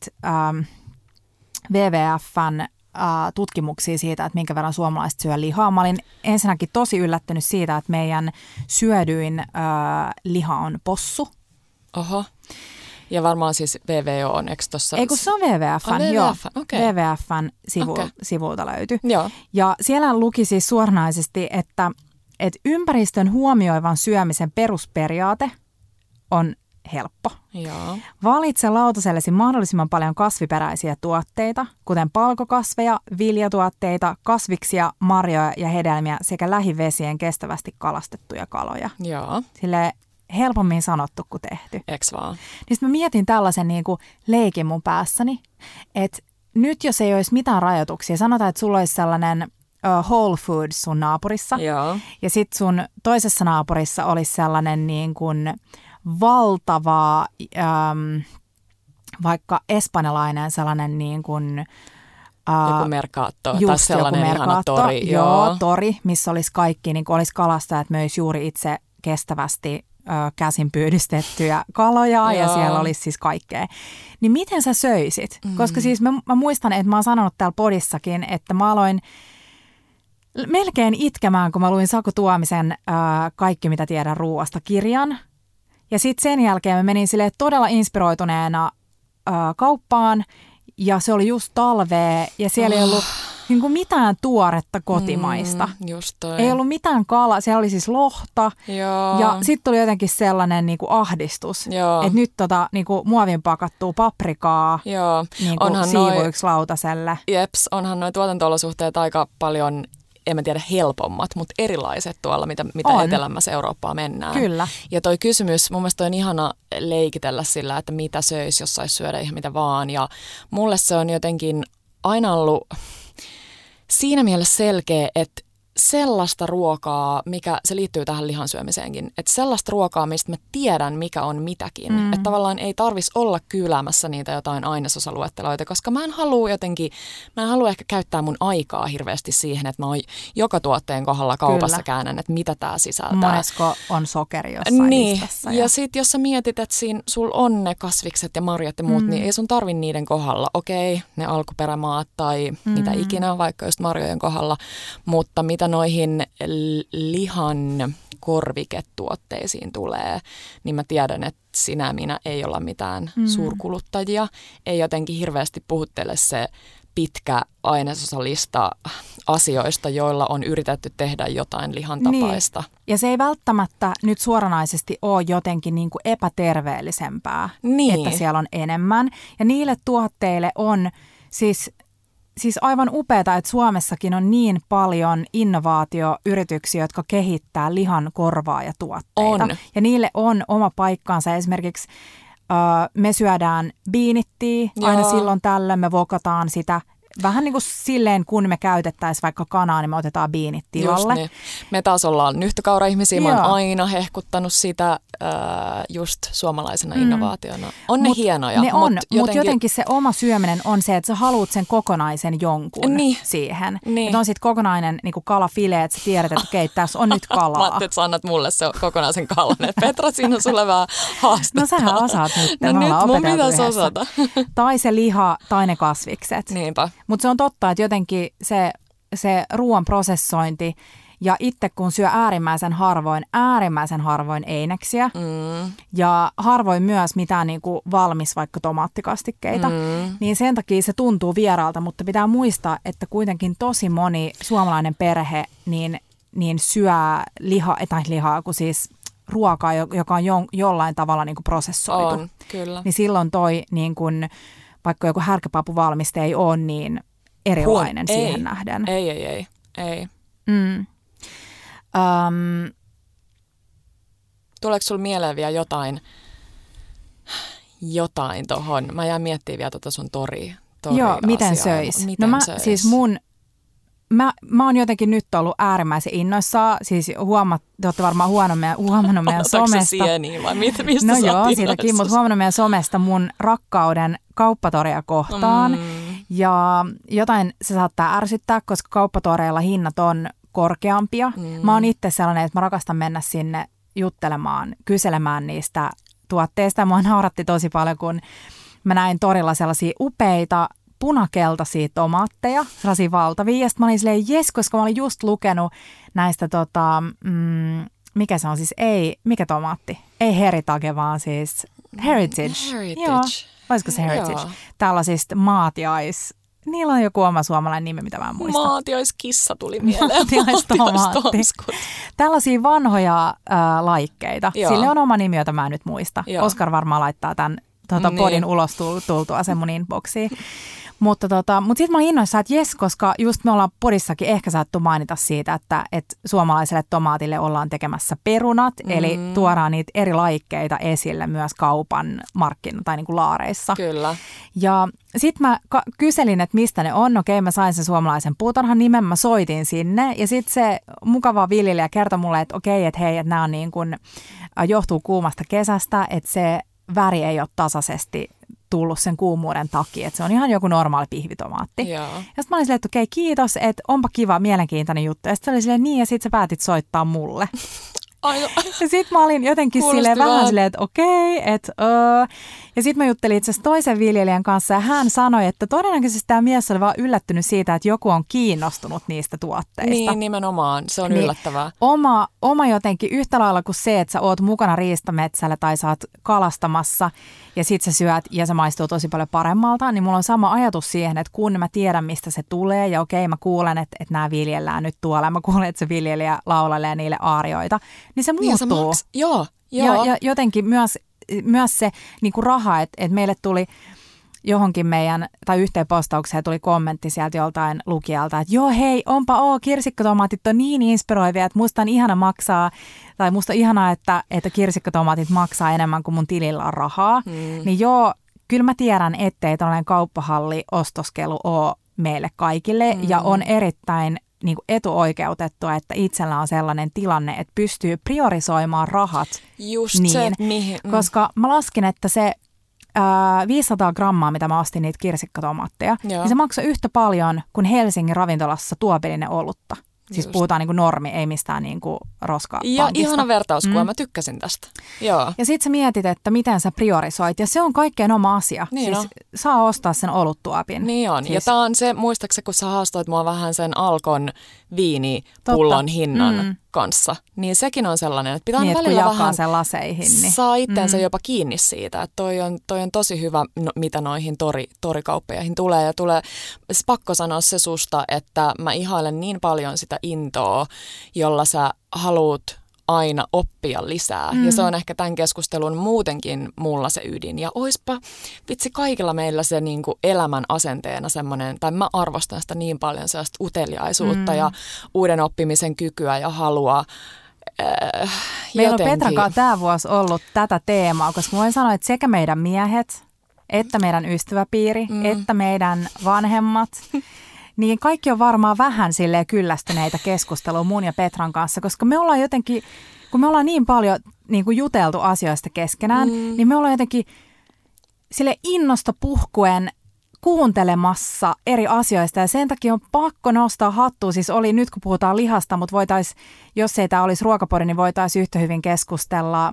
WWFn tutkimuksia siitä, että minkä verran suomalaiset syö lihaa. Mä olin ensinnäkin tosi yllättynyt siitä, että meidän syödyin liha on possu. Oho. Ja varmaan siis VVO on, eikö tuossa? Ei kun se on WWFn, joo. Okay. WWFn sivulta löytyi. Joo. Ja siellä luki siis suoranaisesti, että ympäristön huomioivan syömisen perusperiaate on helppo. Joo. Valitse lautasellesi mahdollisimman paljon kasviperäisiä tuotteita, kuten palkokasveja, viljatuotteita, kasviksia, marjoja ja hedelmiä sekä lähivesien kestävästi kalastettuja kaloja. Joo. Silleen helpommin sanottu kuin tehty. Eks vaan? Niin sitten mä mietin tällaisen niin kuin leikin mun päässäni, että nyt jos ei olisi mitään rajoituksia, sanotaan, että sulla olisi sellainen Whole Foods sun naapurissa. Joo. Ja sitten sun toisessa naapurissa olisi sellainen niin kuin valtava, vaikka espanjalainen sellainen niin kuin joku Mercato, tai sellainen ihana tori. Joo, tori, missä olisi kaikki, niin kuin olisi kalastajat myös juuri itse kestävästi käsin pyydistettyjä kaloja ja siellä olisi siis kaikkea. Niin miten sä söisit? Koska siis mä muistan, että mä oon sanonut täällä podissakin, että mä aloin melkein itkemään, kun mä luin Saku Tuomisen Kaikki, mitä tiedän ruuasta -kirjan. Ja sitten sen jälkeen mä menin silleen todella inspiroituneena kauppaan ja se oli just talvea ja siellä ei ollut niin kuin mitään tuoretta kotimaista. Just toi. Ei ollut mitään kalaa, siellä oli siis lohta. Joo. Ja sitten tuli jotenkin sellainen niin kuin ahdistus, että nyt niin kuin muovin pakattua paprikaa niin kuin siivuiksi lautaselle. Jeps, onhan nuo tuotanto-olosuhteet aika paljon, en mä tiedä helpommat, mutta erilaiset tuolla, mitä etelämmässä Eurooppaa mennään. Kyllä. Ja toi kysymys, mun mielestä on ihana leikitellä sillä, että mitä söisi, jos saisi syödä ihan mitä vaan. Ja mulle se on jotenkin aina ollut siinä mielessä selkeä, että sellaista ruokaa, mikä se liittyy tähän lihansyömiseenkin, että sellaista ruokaa, mistä mä tiedän, mikä on mitäkin. Että tavallaan ei tarvitsisi olla kyyläämässä niitä jotain ainesosaluetteloita, koska mä en halua ehkä käyttää mun aikaa hirveästi siihen, että mä oon joka tuotteen kohdalla kaupassa käännän, että mitä tää sisältää. Monesko on sokeri jossain listassa. Ja sit jos sä mietit, että siinä sul on ne kasvikset ja marjat ja muut, niin ei sun tarvi niiden kohdalla. Okei, ne alkuperämaat tai mitä ikinä, vaikka just marjojen kohdalla, mutta mitä noihin lihan korviketuotteisiin tulee, niin mä tiedän, että sinä minä ei olla mitään suurkuluttajia. Ei jotenkin hirveästi puhuttele se pitkä ainesosalista asioista, joilla on yritetty tehdä jotain lihan tapaista. Niin. Ja se ei välttämättä nyt suoranaisesti ole jotenkin niin kuin epäterveellisempää, että siellä on enemmän. Ja niille tuotteille on siis aivan upeata, että Suomessakin on niin paljon innovaatioyrityksiä, jotka kehittää lihan korvaajatuotteita. On. Ja niille on oma paikkaansa. Esimerkiksi me syödään beanittiä aina silloin tällöin, me vokataan sitä. Vähän niin kuin silleen, kun me käytettäisiin vaikka kanaa, niin me otetaan beanit tilalle. Niin. Me taas ollaan nyhtökaura-ihmisiä. Mä oon aina hehkuttanut sitä just suomalaisena innovaationa. On ne hienoja. Ne on, mutta jotenkin se oma syöminen on se, että sä haluat sen kokonaisen jonkun siihen. Niin. Että on sitten kokonainen niin kuin kalafile, että sä tiedät, että okei, tässä on nyt kalaa. Mä ajattelin, että sä annat mulle se kokonaisen kalan. Petra, siinä on sulle vähän haastetta. No sähän osaat nyt. No nyt mun pitäisi osata. Tai se liha, tai ne kasvikset. Niinpä. Mutta se on totta, että jotenkin se ruoan prosessointi Ja itse kun syö äärimmäisen harvoin eineksiä ja harvoin myös mitään niin kuin valmis vaikka tomaattikastikkeita, niin sen takia se tuntuu vieraalta, mutta pitää muistaa, että kuitenkin tosi moni suomalainen perhe niin syö lihaa, kun siis ruokaa, joka on jollain tavalla niin kuin prosessoitu. On, kyllä. Niin silloin toi, niin kuin, vaikka joku härkäpapuvalmiste ei ole niin erilainen siihen nähden. Ei. Tuleeko sulla mieleen vielä jotain tohon? Mä jään miettimään vielä sun tori Joo, miten söis? Siis mä oon jotenkin nyt ollut äärimmäisen innoissaan, siis te olette varmaan huomannut meidän somesta. Sieniä vai mistä no sä joo, siitäkin, mutta huomannut meidän somesta mun rakkauden kauppatoria kohtaan. Ja jotain se saattaa ärsyttää, koska kauppatoreilla hinnat on korkeampia. Mä oon itse sellainen, että mä rakastan mennä sinne juttelemaan, kyselemään niistä tuotteista. Mua nauratti tosi paljon, kun mä näin torilla sellaisia upeita punakeltaisia tomaatteja, sellaisia valtavia. Ja sitten mä olin silleen, jes, koska mä olin just lukenut näistä, mikä se on siis, mikä tomaatti? Ei Heritage, vaan siis Heritage. Joo, olisiko se Heritage? Joo. Tällaisista niillä on joku oma suomalainen nimi, mitä mä en muista. Maatiaiskissa tuli mieleen. Maatiaistomaatti. Tällaisia vanhoja laikkeita. Joo. Sille on oma nimi, jota mä en nyt muista. Joo. Oskar varmaan laittaa tämän podin ulos tultua sen mun inboxiin. Mutta sitten mä olin innoissaan, että jes, koska just me ollaan podissakin ehkä saattu mainita siitä, että suomalaiselle tomaatille ollaan tekemässä perunat, eli tuodaan niitä eri laikkeita esille myös kaupan tai niin kuin laareissa. Kyllä. Ja sitten mä kyselin, että mistä ne on. Okei, mä sain sen suomalaisen puutarhan nimen, mä soitin sinne ja sitten se mukava viljelijä kertoi mulle, että okei, että hei, että nämä on niin kuin, johtuu kuumasta kesästä, että se väri ei ole tasaisesti tullut sen kuumuuden takia, että se on ihan joku normaali pihvitomaatti. Joo. Ja sitten mä olin silleen, että okei, kiitos, että onpa kiva, mielenkiintoinen juttu. Ja sitten se oli silleen niin, ja sitten sä päätit soittaa mulle. Ja sitten mä olin jotenkin silleen vähän silleen, että okei, että Ja sitten mä juttelin itse asiassa toisen viljelijän kanssa, ja hän sanoi, että todennäköisesti tämä mies oli vaan yllättynyt siitä, että joku on kiinnostunut niistä tuotteista. Niin, nimenomaan. Se on yllättävää. Oma jotenkin yhtä lailla kuin se, että sä oot mukana riistametsällä tai sä oot kalastamassa, ja sit sä syöt ja se maistuu tosi paljon paremmalta, niin mulla on sama ajatus siihen, että kun mä tiedän, mistä se tulee, ja okei, mä kuulen, että nämä viljellään nyt tuolla, ja mä kuulen, että se viljelijä laulailee niille aarioita, niin se muuttuu. Joo. Ja jotenkin myös se niin kuin raha, että meille tuli johonkin tai yhteen postaukseen tuli kommentti sieltä joltain lukijalta, että joo hei, kirsikkatomaatit on niin inspiroivia, että musta on ihana maksaa, tai musta on ihanaa, että kirsikkatomaatit maksaa enemmän kuin mun tilillä on rahaa. Niin joo, kyllä mä tiedän, ettei tällainen kauppahalli-ostoskelu ole meille kaikille ja on erittäin niin kuin etuoikeutettua, että itsellä on sellainen tilanne, että pystyy priorisoimaan rahat just niin, se, koska mä laskin, että se 500 grammaa, mitä mä ostin niitä kirsikkatomaatteja, niin se maksoi yhtä paljon kuin Helsingin ravintolassa tuopillinen olutta. Siis just. Puhutaan niin kuin normi, ei mistään niin kuin roskapankista. Ja ihana vertauskuva, mä tykkäsin tästä. Joo. Ja sit sä mietit, että miten sä priorisoit, ja se on kaikkein oma asia. Niin siis saa ostaa sen oluttuopin. Niin on, siis. Ja tää on se, muistaakseni kun sä haastoit mua vähän sen Alkon viinipullon hinnan kanssa, niin sekin on sellainen, että pitää niin, välillä vähän sen laseihin, niin. saa itteensä jopa kiinni siitä, että toi on tosi hyvä, mitä noihin torikauppoihin tulee. Ja tulee pakko sanoa se susta, että mä ihailen niin paljon sitä intoa, jolla sä haluut aina oppia lisää. Ja se on ehkä tämän keskustelun muutenkin mulla se ydin. Ja oispa vitsi kaikilla meillä se niinku elämän asenteena semmoinen, tai mä arvostan sitä niin paljon sellaista uteliaisuutta ja uuden oppimisen kykyä ja halua. Meillä on Petran kanssa tämä vuosi ollut tätä teemaa, koska voin sanoa, että sekä meidän miehet, että meidän ystäväpiiri, että meidän vanhemmat, niin kaikki on varmaan vähän silleen kyllästyneitä keskustelua mun ja Petran kanssa, koska me ollaan jotenkin, kun me ollaan niin paljon niin kuin juteltu asioista keskenään, niin me ollaan jotenkin sille innosta puhkuen kuuntelemassa eri asioista ja sen takia on pakko nostaa hattua. Siis oli nyt kun puhutaan lihasta, mutta jos ei tämä olisi ruokapori, niin voitaisiin yhtä hyvin keskustella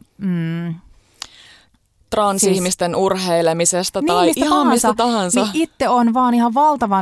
transihmisten urheilemisesta tai ihan mistä tahansa. Niin itse on vaan ihan valtavan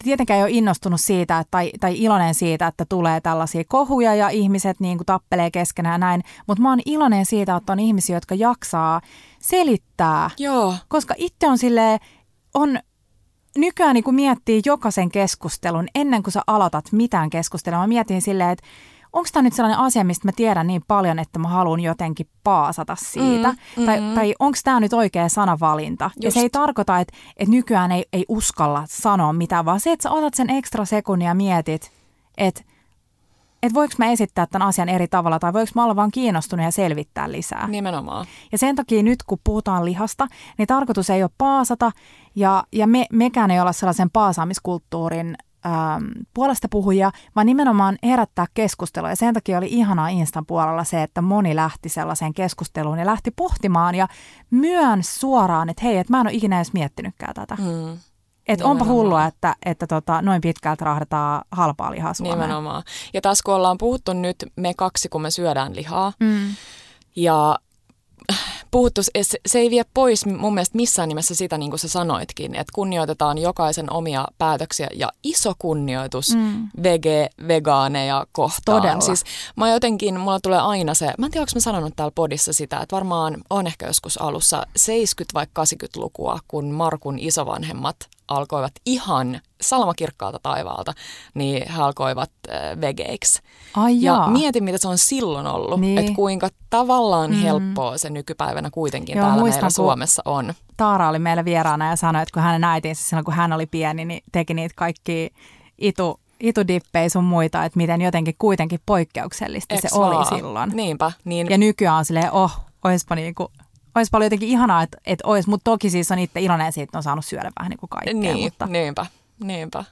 tietenkään ei ole innostunut siitä tai iloinen siitä, että tulee tällaisia kohuja ja ihmiset niin kuin tappelee keskenään näin, mutta mä oon iloinen siitä, että on ihmisiä, jotka jaksaa selittää, Joo. koska itse on silleen, nykyään niin kun miettii jokaisen keskustelun, ennen kuin sä aloitat mitään keskustelua, mä mietin silleen, että onko tämä nyt sellainen asia, mistä mä tiedän niin paljon, että mä haluan jotenkin paasata siitä? Tai onko tämä nyt oikea sanavalinta? Just. Ja se ei tarkoita, että nykyään ei uskalla sanoa mitään, vaan se, että sä otat sen ekstra sekunnin ja mietit, että voiko mä esittää tämän asian eri tavalla tai voiko mä olla vaan kiinnostunut ja selvittää lisää. Nimenomaan. Ja sen takia nyt, kun puhutaan lihasta, niin tarkoitus ei ole paasata ja mekään ei olla sellaisen paasaamiskulttuurin puolesta puhujia, vaan nimenomaan herättää keskustelua. Ja sen takia oli ihanaa Instan puolella se, että moni lähti sellaiseen keskusteluun ja lähti pohtimaan ja myönsi suoraan, että hei, että mä en ole ikinä edes miettinytkään tätä. Että onpa hullua, että noin pitkältä rahdetaan halpaa lihaa Suomeen. Nimenomaan. Ja tässä kun ollaan puhuttu nyt me kaksi, kun me syödään lihaa, ja puhuttu, se ei vie pois mun mielestä missään nimessä sitä, niin kuin sä sanoitkin, että kunnioitetaan jokaisen omia päätöksiä ja iso kunnioitus vegaaneja kohtaan. Todella. Siis mä jotenkin, mulla tulee aina se, mä en tiedä, onko mä sanonut täällä podissa sitä, että varmaan on ehkä joskus alussa 70- vai 80-lukua, kun Markun isovanhemmat alkoivat ihan salmakirkkaalta taivaalta, niin he alkoivat vegeiksi. Ja mietin, mitä se on silloin ollut, niin. Että kuinka tavallaan helppoa se nykypäivänä kuitenkin täällä meillä Suomessa on. Taara oli meillä vieraana ja sanoi, että kun hänen äitinsä silloin, kun hän oli pieni, niin teki niitä kaikkia itudippejä sun muita, että miten jotenkin kuitenkin poikkeuksellista se oli silloin. Niinpä. Niin. Ja nykyään on silleen, olisi paljon jotenkin ihanaa, että olisi, mutta toki siis on itse iloinen siitä, että on saanut syödä vähän niin kuin kaikkea. Niin, mutta niinpä.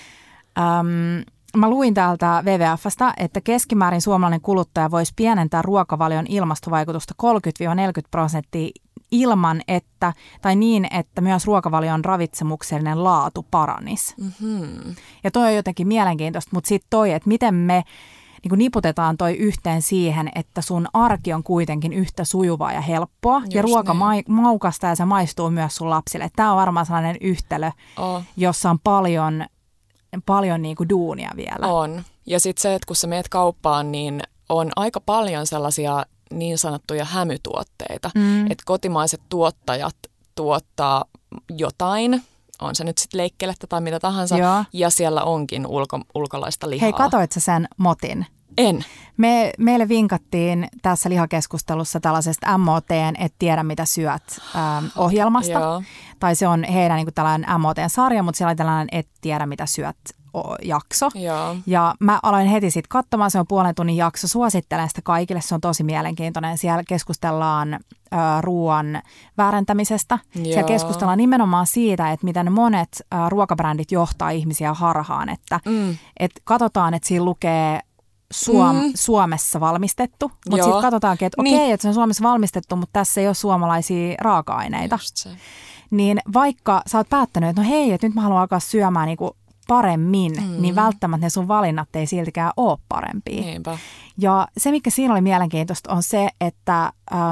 Mä luin täältä WWF:stä, että keskimäärin suomalainen kuluttaja voisi pienentää ruokavalion ilmastovaikutusta 30-40% ilman, että myös ruokavalion ravitsemuksellinen laatu paranisi. Ja toi on jotenkin mielenkiintoista, mutta sitten toi, että miten me niin kuin niputetaan toi yhteen siihen, että sun arki on kuitenkin yhtä sujuvaa ja helppoa. Just ja ruoka maukasta ja se maistuu myös sun lapsille. Tämä on varmaan sellainen yhtälö, jossa on paljon niin kuin duunia vielä. On. Ja sitten se, että kun sä meet kauppaan, niin on aika paljon sellaisia niin sanottuja hämytuotteita. Että kotimaiset tuottajat tuottaa jotain, on se nyt sitten leikkelettä tai mitä tahansa, ja siellä onkin ulkolaista lihaa. Hei, katoit sä sen motin? En. Meille vinkattiin tässä lihakeskustelussa tällaisesta MOT:n Et tiedä mitä syöt ohjelmasta. Joo. Tai se on heidän niin kuin tällainen MOT:n-sarja, mutta siellä on tällainen Et tiedä mitä syöt jakso. Joo. Ja mä aloin heti sitten katsomaan, se on 0,5 tunnin jakso, suosittelen sitä kaikille, se on tosi mielenkiintoinen. Siellä keskustellaan ruoan väärentämisestä. Joo. Siellä keskustellaan nimenomaan siitä, että miten monet ruokabrändit johtaa ihmisiä harhaan, että katsotaan, että siinä lukee Suomessa valmistettu, mutta sitten katsotaankin, että okei, että se on Suomessa valmistettu, mutta tässä ei ole suomalaisia raaka-aineita. Niin vaikka sä oot päättänyt, että no hei, että nyt mä haluan alkaa syömään niinku paremmin, niin välttämättä ne sun valinnat ei siltikään ole parempia. Niinpä. Ja se, mikä siinä oli mielenkiintoista, on se, että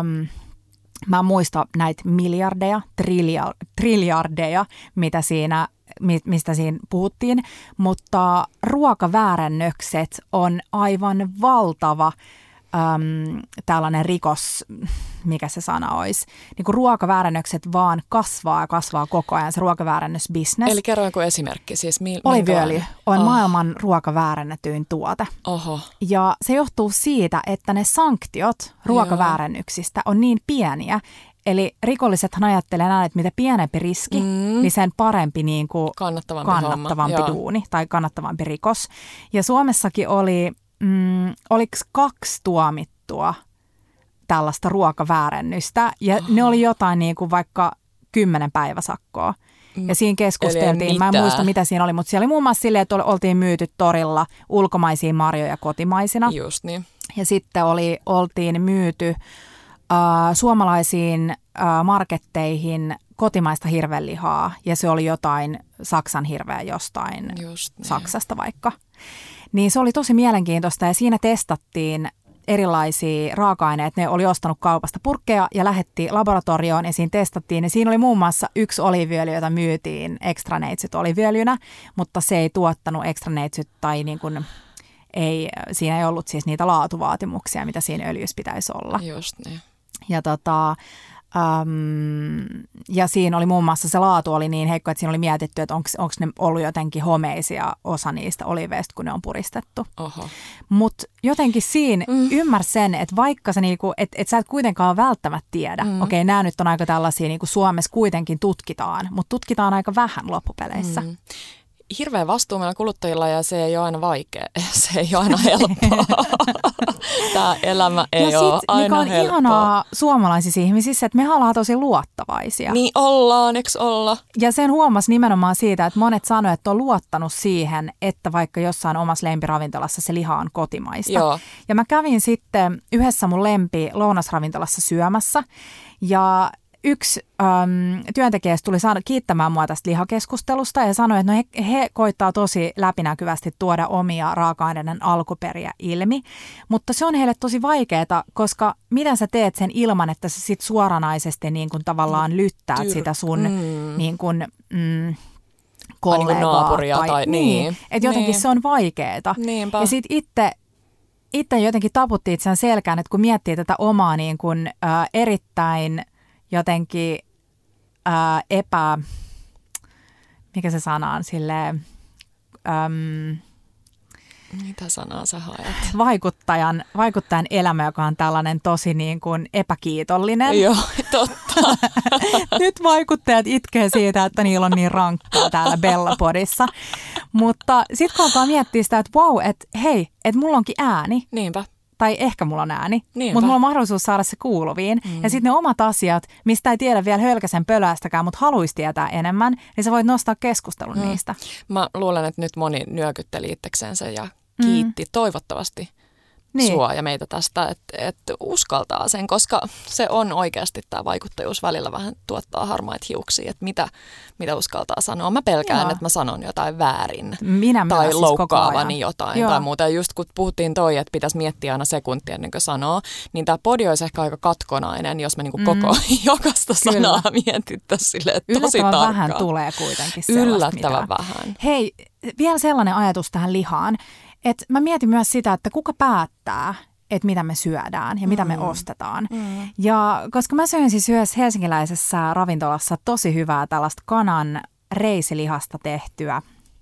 mä muistan näitä miljardeja, triljardeja, mistä siinä puhuttiin, mutta ruokaväärännökset on aivan valtava tällainen rikos, mikä se sana olisi. Niin kuin ruokaväärännökset vaan kasvaa koko ajan, se ruokaväärännösbusiness. Eli kerro joku esimerkki. Siis Oliiviöljy on maailman ruokaväärännetyin tuote. Oho. Ja se johtuu siitä, että ne sanktiot ruokaväärännöksistä on niin pieniä. Eli rikollisethan ajattelee näin, että mitä pienempi riski, niin sen parempi niin kuin kannattavampi duuni tai kannattavampi rikos. Ja Suomessakin oliko 2 tuomittua tällaista ruokaväärennystä, ja ne oli jotain niin kuin vaikka 10 päiväsakkoa. Ja siinä keskusteltiin, mä en muista mitä siinä oli, mutta siellä oli muun muassa silleen, että oltiin myyty torilla ulkomaisia marjoja kotimaisina. Just niin. Ja sitten oltiin myyty suomalaisiin marketteihin kotimaista hirvenlihaa, ja se oli jotain Saksan hirveä jostain Saksasta vaikka. Niin se oli tosi mielenkiintoista, ja siinä testattiin, erilaisia raaka-aineita. Ne oli ostanut kaupasta purkkeja ja lähetti laboratorioon ja siinä testattiin. Ja siinä oli muun muassa yksi oliiviöljy, jota myytiin extra neitsyt oliiviöljynä, mutta se ei tuottanut extra neitsyt tai niin kuin siinä ei ollut siis niitä laatuvaatimuksia, mitä siinä öljyssä pitäisi olla. Just niin. Ja siinä oli muun muassa se laatu oli niin heikko, että siinä oli mietitty, että onko ne ollut jotenkin homeisia osa niistä oliiveista, kun ne on puristettu. Mutta jotenkin siinä ymmärsi sen, että vaikka sä niinku, et sä et kuitenkaan välttämättä tiedä. Okei, nämä nyt on aika tällaisia, niinku Suomessa kuitenkin tutkitaan, mutta tutkitaan aika vähän loppupeleissä. Hirveä vastuu meillä kuluttajilla ja se ei ole aina vaikea. Se ei ole aina helppoa. Tämä elämä ei ole aina helppoa. Mikä on ihanaa suomalaisissa ihmisissä, että me ollaan tosi luottavaisia. Niin ollaan, eikö olla? Ja sen huomasi nimenomaan siitä, että monet sanoivat, että on luottanut siihen, että vaikka jossain omassa lempiravintolassa se liha on kotimaista. Joo. Ja mä kävin sitten yhdessä mun lounasravintolassa syömässä ja yksi työntekijästä tuli kiittämään mua tästä lihakeskustelusta ja sanoi, että he koittaa tosi läpinäkyvästi tuoda omia raaka-aineiden alkuperiä ilmi, mutta se on heille tosi vaikeaa, koska miten sä teet sen ilman, että sä sit suoranaisesti niin kuin tavallaan lyttäät sitä sun niin kuin, kollegaa. Naapuria tai niin. Että jotenkin se on vaikeaa. Niinpä. Ja sit itse jotenkin taputti itseään selkään, että kun miettii tätä omaa niin kuin, erittäin jotenkin mikä se sana on, silleen, mitä sanaa sä haet? Vaikuttajan elämä, joka on tällainen tosi niin kuin epäkiitollinen. Joo, totta. Nyt vaikuttajat itkee siitä, että niillä on niin rankkaa täällä Bella-podissa. Mutta sitten kun alkaa miettiä sitä, että wow, että hei, että mulla onkin ääni. Niinpä. Tai ehkä mulla on ääni, mutta mulla on mahdollisuus saada se kuuluviin. Ja sitten ne omat asiat, mistä ei tiedä vielä hölkäsen pöläästäkään, mutta haluaisi tietää enemmän, niin sä voit nostaa keskustelun niistä. Mä luulen, että nyt moni nyökytteli itseksensä ja kiitti toivottavasti sua ja meitä tästä, että uskaltaa sen, koska se on oikeasti tämä vaikuttajuus välillä vähän tuottaa harmaita hiuksia, että mitä uskaltaa sanoa. Mä pelkään, että mä sanon jotain väärin tai loukkaavani jotain tai muuta. Ja just kun puhuttiin että pitäisi miettiä aina sekuntia ennen kuin sanoo, niin tämä podi olisi ehkä aika katkonainen, jos me niinku koko jokaista sanaa mietittäisiin silleen tosi tarkkaan. Yllättävän vähän tulee kuitenkin sellaista. Yllättävän vähän. Hei, vielä sellainen ajatus tähän lihaan. Et mä mietin myös sitä, että kuka päättää, että mitä me syödään ja mitä me ostetaan. Ja koska mä söin siis yhdessä helsinkiläisessä ravintolassa tosi hyvää tällaista kanan reisilihasta tehtyä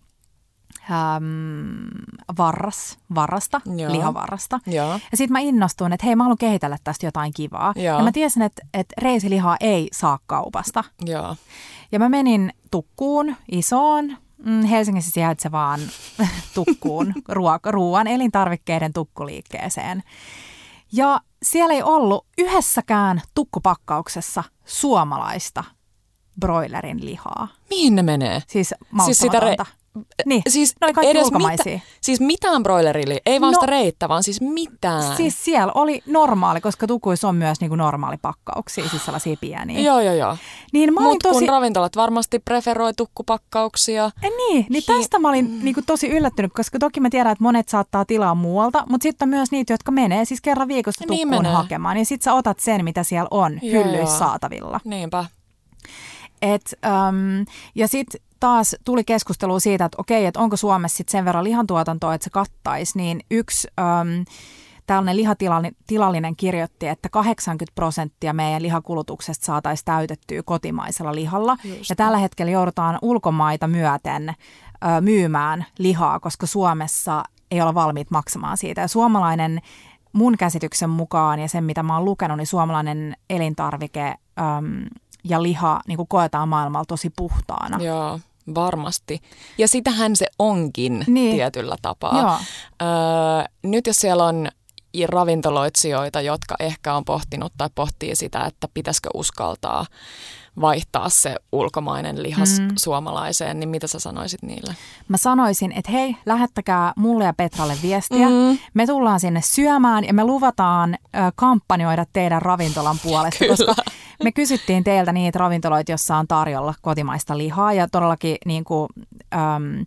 varrasta, lihavarrasta. Joo. Ja sitten mä innostuin, että hei, mä haluan kehitellä tästä jotain kivaa. Joo. Ja mä tiesin, että reisilihaa ei saa kaupasta. Joo. Ja mä menin Tukkuun, isoon, Helsingissä sijaitsevaan Tukkuun, ruoan elintarvikkeiden tukkuliikkeeseen. Ja siellä ei ollut yhdessäkään tukkupakkauksessa suomalaista broilerin lihaa. Mihin ne menee? Siis mauttamatonta. Niin, siis ne oli kaikki ulkomaisia. Siis mitään broilerille, ei vaan sitä reittä, vaan siis mitään. Siis siellä oli normaali, koska tukuissa on myös niinku normaali pakkauksia, siis sellaisia pieniä. Joo. Niin mutta kun ravintolat varmasti preferoi tukkupakkauksia. Niin tästä mä olin niinku tosi yllättynyt, koska toki mä tiedän, että monet saattaa tilaa muualta, mutta sitten on myös niitä, jotka menee siis kerran viikossa tukkuun hakemaan. Ja sitten sä otat sen, mitä siellä on hyllyissä saatavilla. Niinpä. Ja sitten taas tuli keskustelua siitä, että okei, että onko Suomessa sit sen verran lihantuotantoa, että se kattaisi, niin yksi tällainen lihatilallinen kirjoitti, että 80% meidän lihakulutuksesta saataisiin täytettyä kotimaisella lihalla. Just. Ja tällä hetkellä joudutaan ulkomaita myöten myymään lihaa, koska Suomessa ei olla valmiit maksamaan siitä. Ja suomalainen, mun käsityksen mukaan ja sen mitä mä oon lukenut, niin suomalainen elintarvike ja liha niin kuin koetaan maailmalla tosi puhtaana. Joo, varmasti. Ja sitähän se onkin tietyllä tapaa. Nyt jos siellä on ravintoloitsijoita, jotka ehkä on pohtinut tai pohtii sitä, että pitäisikö uskaltaa vaihtaa se ulkomainen lihas suomalaiseen, niin mitä sä sanoisit niille? Mä sanoisin, että hei, lähettäkää mulle ja Petralle viestiä. Me tullaan sinne syömään ja me luvataan kampanjoida teidän ravintolan puolesta, koska me kysyttiin teiltä niitä ravintoloita, joissa on tarjolla kotimaista lihaa ja todellakin niin kuin,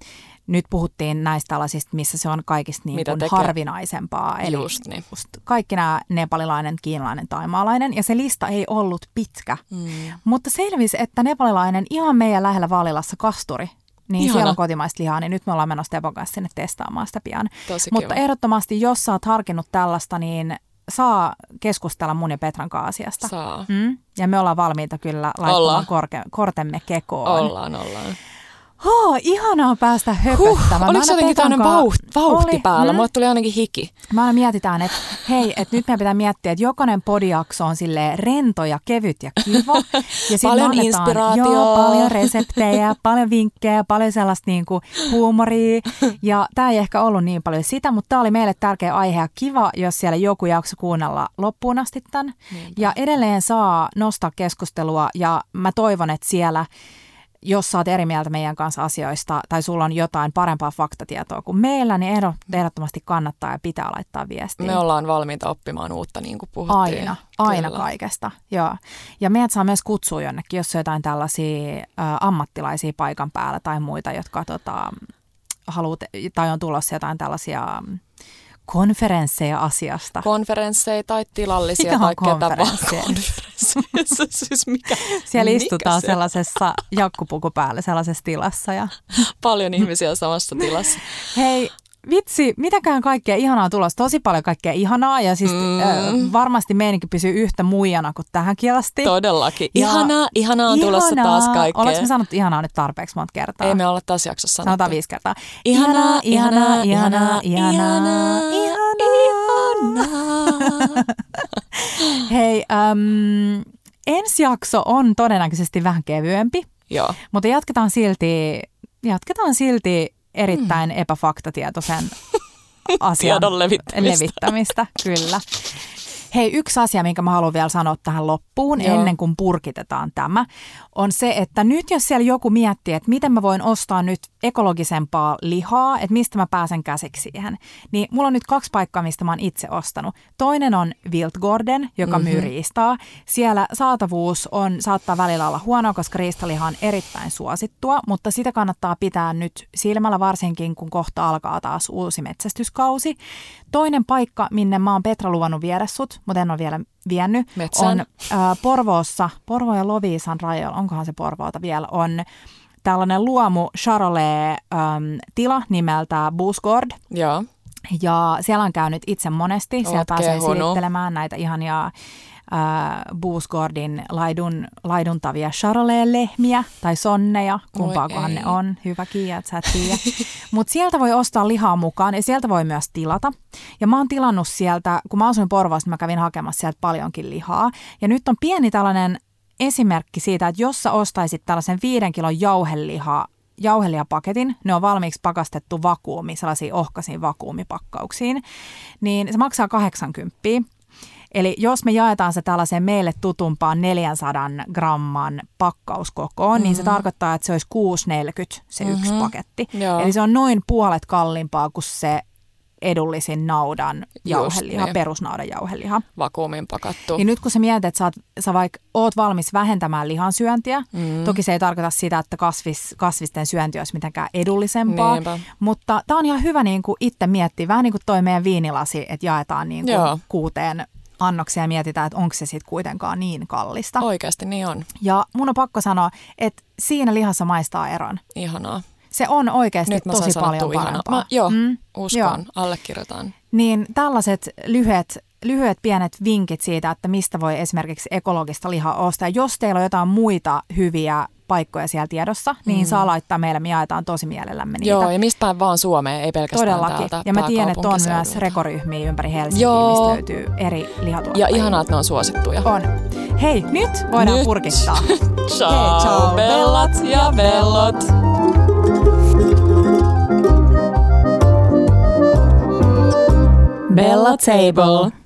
nyt puhuttiin näistä tällaisista, missä se on kaikista niin kuin harvinaisempaa. Eli just niin. Kaikki nämä nepalilainen, kiinalainen, taimaalainen. Ja se lista ei ollut pitkä. Mutta selvisi, että nepalilainen ihan meidän lähellä Vaalilassa Kasturi, niin ihana. Siellä on kotimaista lihaa, niin nyt me ollaan menossa Tepon kanssa sinne testaamaan sitä pian. Tosi mutta kiva. Ehdottomasti, jos sä oot harkinnut tällaista, niin saa keskustella mun ja Petran kanssa asiasta. Saa. Ja me ollaan valmiita kyllä laittamaan kortemme kekoon. Ollaan. Ihanaa päästä höpöttämään. Oliko se jotenkin tämmöinen vauhti päällä? Mulle tuli ainakin hiki. Mä mietitään, että hei, että nyt meidän pitää miettiä, että jokainen podijakso on silleen rento ja kevyt ja kiva. Ja paljon inspiraatiota. Joo, paljon reseptejä, paljon vinkkejä, paljon sellaista niinku huumoria. Ja tää ei ehkä ollut niin paljon sitä, mutta tää oli meille tärkeä aihe ja kiva, jos siellä joku jakso kuunnella loppuun asti tämän. Ja edelleen saa nostaa keskustelua ja mä toivon, että siellä jos sä oot eri mieltä meidän kanssa asioista tai sulla on jotain parempaa faktatietoa kuin meillä, niin ehdottomasti kannattaa ja pitää laittaa viestiä. Me ollaan valmiita oppimaan uutta, niin kuin puhuttiin. Aina kaikesta. Joo. Ja meidät saa myös kutsua jonnekin, jos on jotain tällaisia ammattilaisia paikan päällä tai muita, jotka haluat, tai on tulossa jotain tällaisia konferensseja asiasta. Konferensseja tai tilallisia tai ketä vaan. Siis mikä? Siellä istutaan sellaisessa jakkupuku päällä sellaisessa tilassa. Ja paljon ihmisiä samassa tilassa. Hei, vitsi, mitäkään kaikkea ihanaa on tulossa. Tosi paljon kaikkea ihanaa ja siis varmasti meininki pysyy yhtä muijana kuin tähänkin asti. Todellakin. Ihanaa on tulossa taas kaikkea. Oletko me sanottu ihanaa nyt tarpeeksi monta kertaa? Ei me olla taas jaksossa sanottu. Sanotaan 5 kertaa. Ihanaa. Hei, ensi jakso on todennäköisesti vähän kevyempi, joo. Mutta jatketaan silti erittäin epäfaktatietoisen asian levittämistä. Kyllä. Hei, yksi asia, minkä mä haluan vielä sanoa tähän loppuun, ennen kuin purkitetaan tämä, on se, että nyt jos siellä joku miettii, että miten mä voin ostaa nyt ekologisempaa lihaa, että mistä mä pääsen käsiksi siihen, niin mulla on nyt 2 paikkaa, mistä mä oon itse ostanut. Toinen on Viltgården, joka myy riistaa. Siellä saatavuus saattaa välillä olla huonoa, koska riistaliha on erittäin suosittua, mutta sitä kannattaa pitää nyt silmällä varsinkin, kun kohta alkaa taas uusi metsästyskausi. Toinen paikka, minne mä oon Petra luvannut viedä sut, mutta en ole vielä vienyt, on Porvoossa, Porvoo ja Loviisan rajalla, onkohan se Porvoota vielä, on tällainen luomu Charolais-tila nimeltä Boosgård. Joo. Ja siellä on käynyt itse monesti, siellä pääsee silittelemään näitä ihania Boosgårdin laiduntavia Charolais-lehmiä tai sonneja, kumpaakohan ne on, hyvä kiinni, että sä et tiedä. Mutta sieltä voi ostaa lihaa mukaan ja sieltä voi myös tilata. Ja mä oon tilannut sieltä, kun mä asuin Porvoossa, mä kävin hakemassa sieltä paljonkin lihaa. Ja nyt on pieni tällainen esimerkki siitä, että jos sä ostaisit tällaisen 5 kilon jauhelihapaketin, ne on valmiiksi pakastettu sellaisiin ohkaisiin vakuumipakkauksiin, niin se maksaa 80. Eli jos me jaetaan se tällaiseen meille tutumpaan 400 gramman pakkauskokoon, niin se tarkoittaa, että se olisi 6,40 se yksi paketti. Joo. Eli se on noin puolet kalliimpaa kuin se edullisin naudan jauheliha, niin. Perusnaudan jauheliha. Vakuumin pakattu. Ja nyt kun sä mietit, että sä vaikka oot valmis vähentämään lihansyöntiä, toki se ei tarkoita sitä, että kasvisten syönti olisi mitenkään edullisempaa, mutta tää on ihan hyvä niin kuin itse miettiä, vähän niin kuin toi meidän viinilasi, että jaetaan niin kuin 6 annoksia ja mietitään, että onko se sitten kuitenkaan niin kallista. Oikeasti niin on. Ja mun on pakko sanoa, että siinä lihassa maistaa eron. Ihanaa. Se on oikeasti tosi paljon parempaa. Uskon, allekirjoitan. Niin tällaiset lyhyet pienet vinkit siitä, että mistä voi esimerkiksi ekologista lihaa ostaa. Jos teillä on jotain muita hyviä paikkoja siellä tiedossa, niin saa laittaa meille, me jaetaan tosi mielellämme niitä. Joo, ja mistä vaan Suomeen, ei pelkästään todellakin. Täältä ja mä tiedän, että on myös rekoryhmiä ympäri Helsinkiä, mistä löytyy eri lihatuottajia. Ja ihanaa, että ne on suosittuja. On. Hei, nyt voidaan purkittaa. Ciao, bellat ja bellot. Bella Table.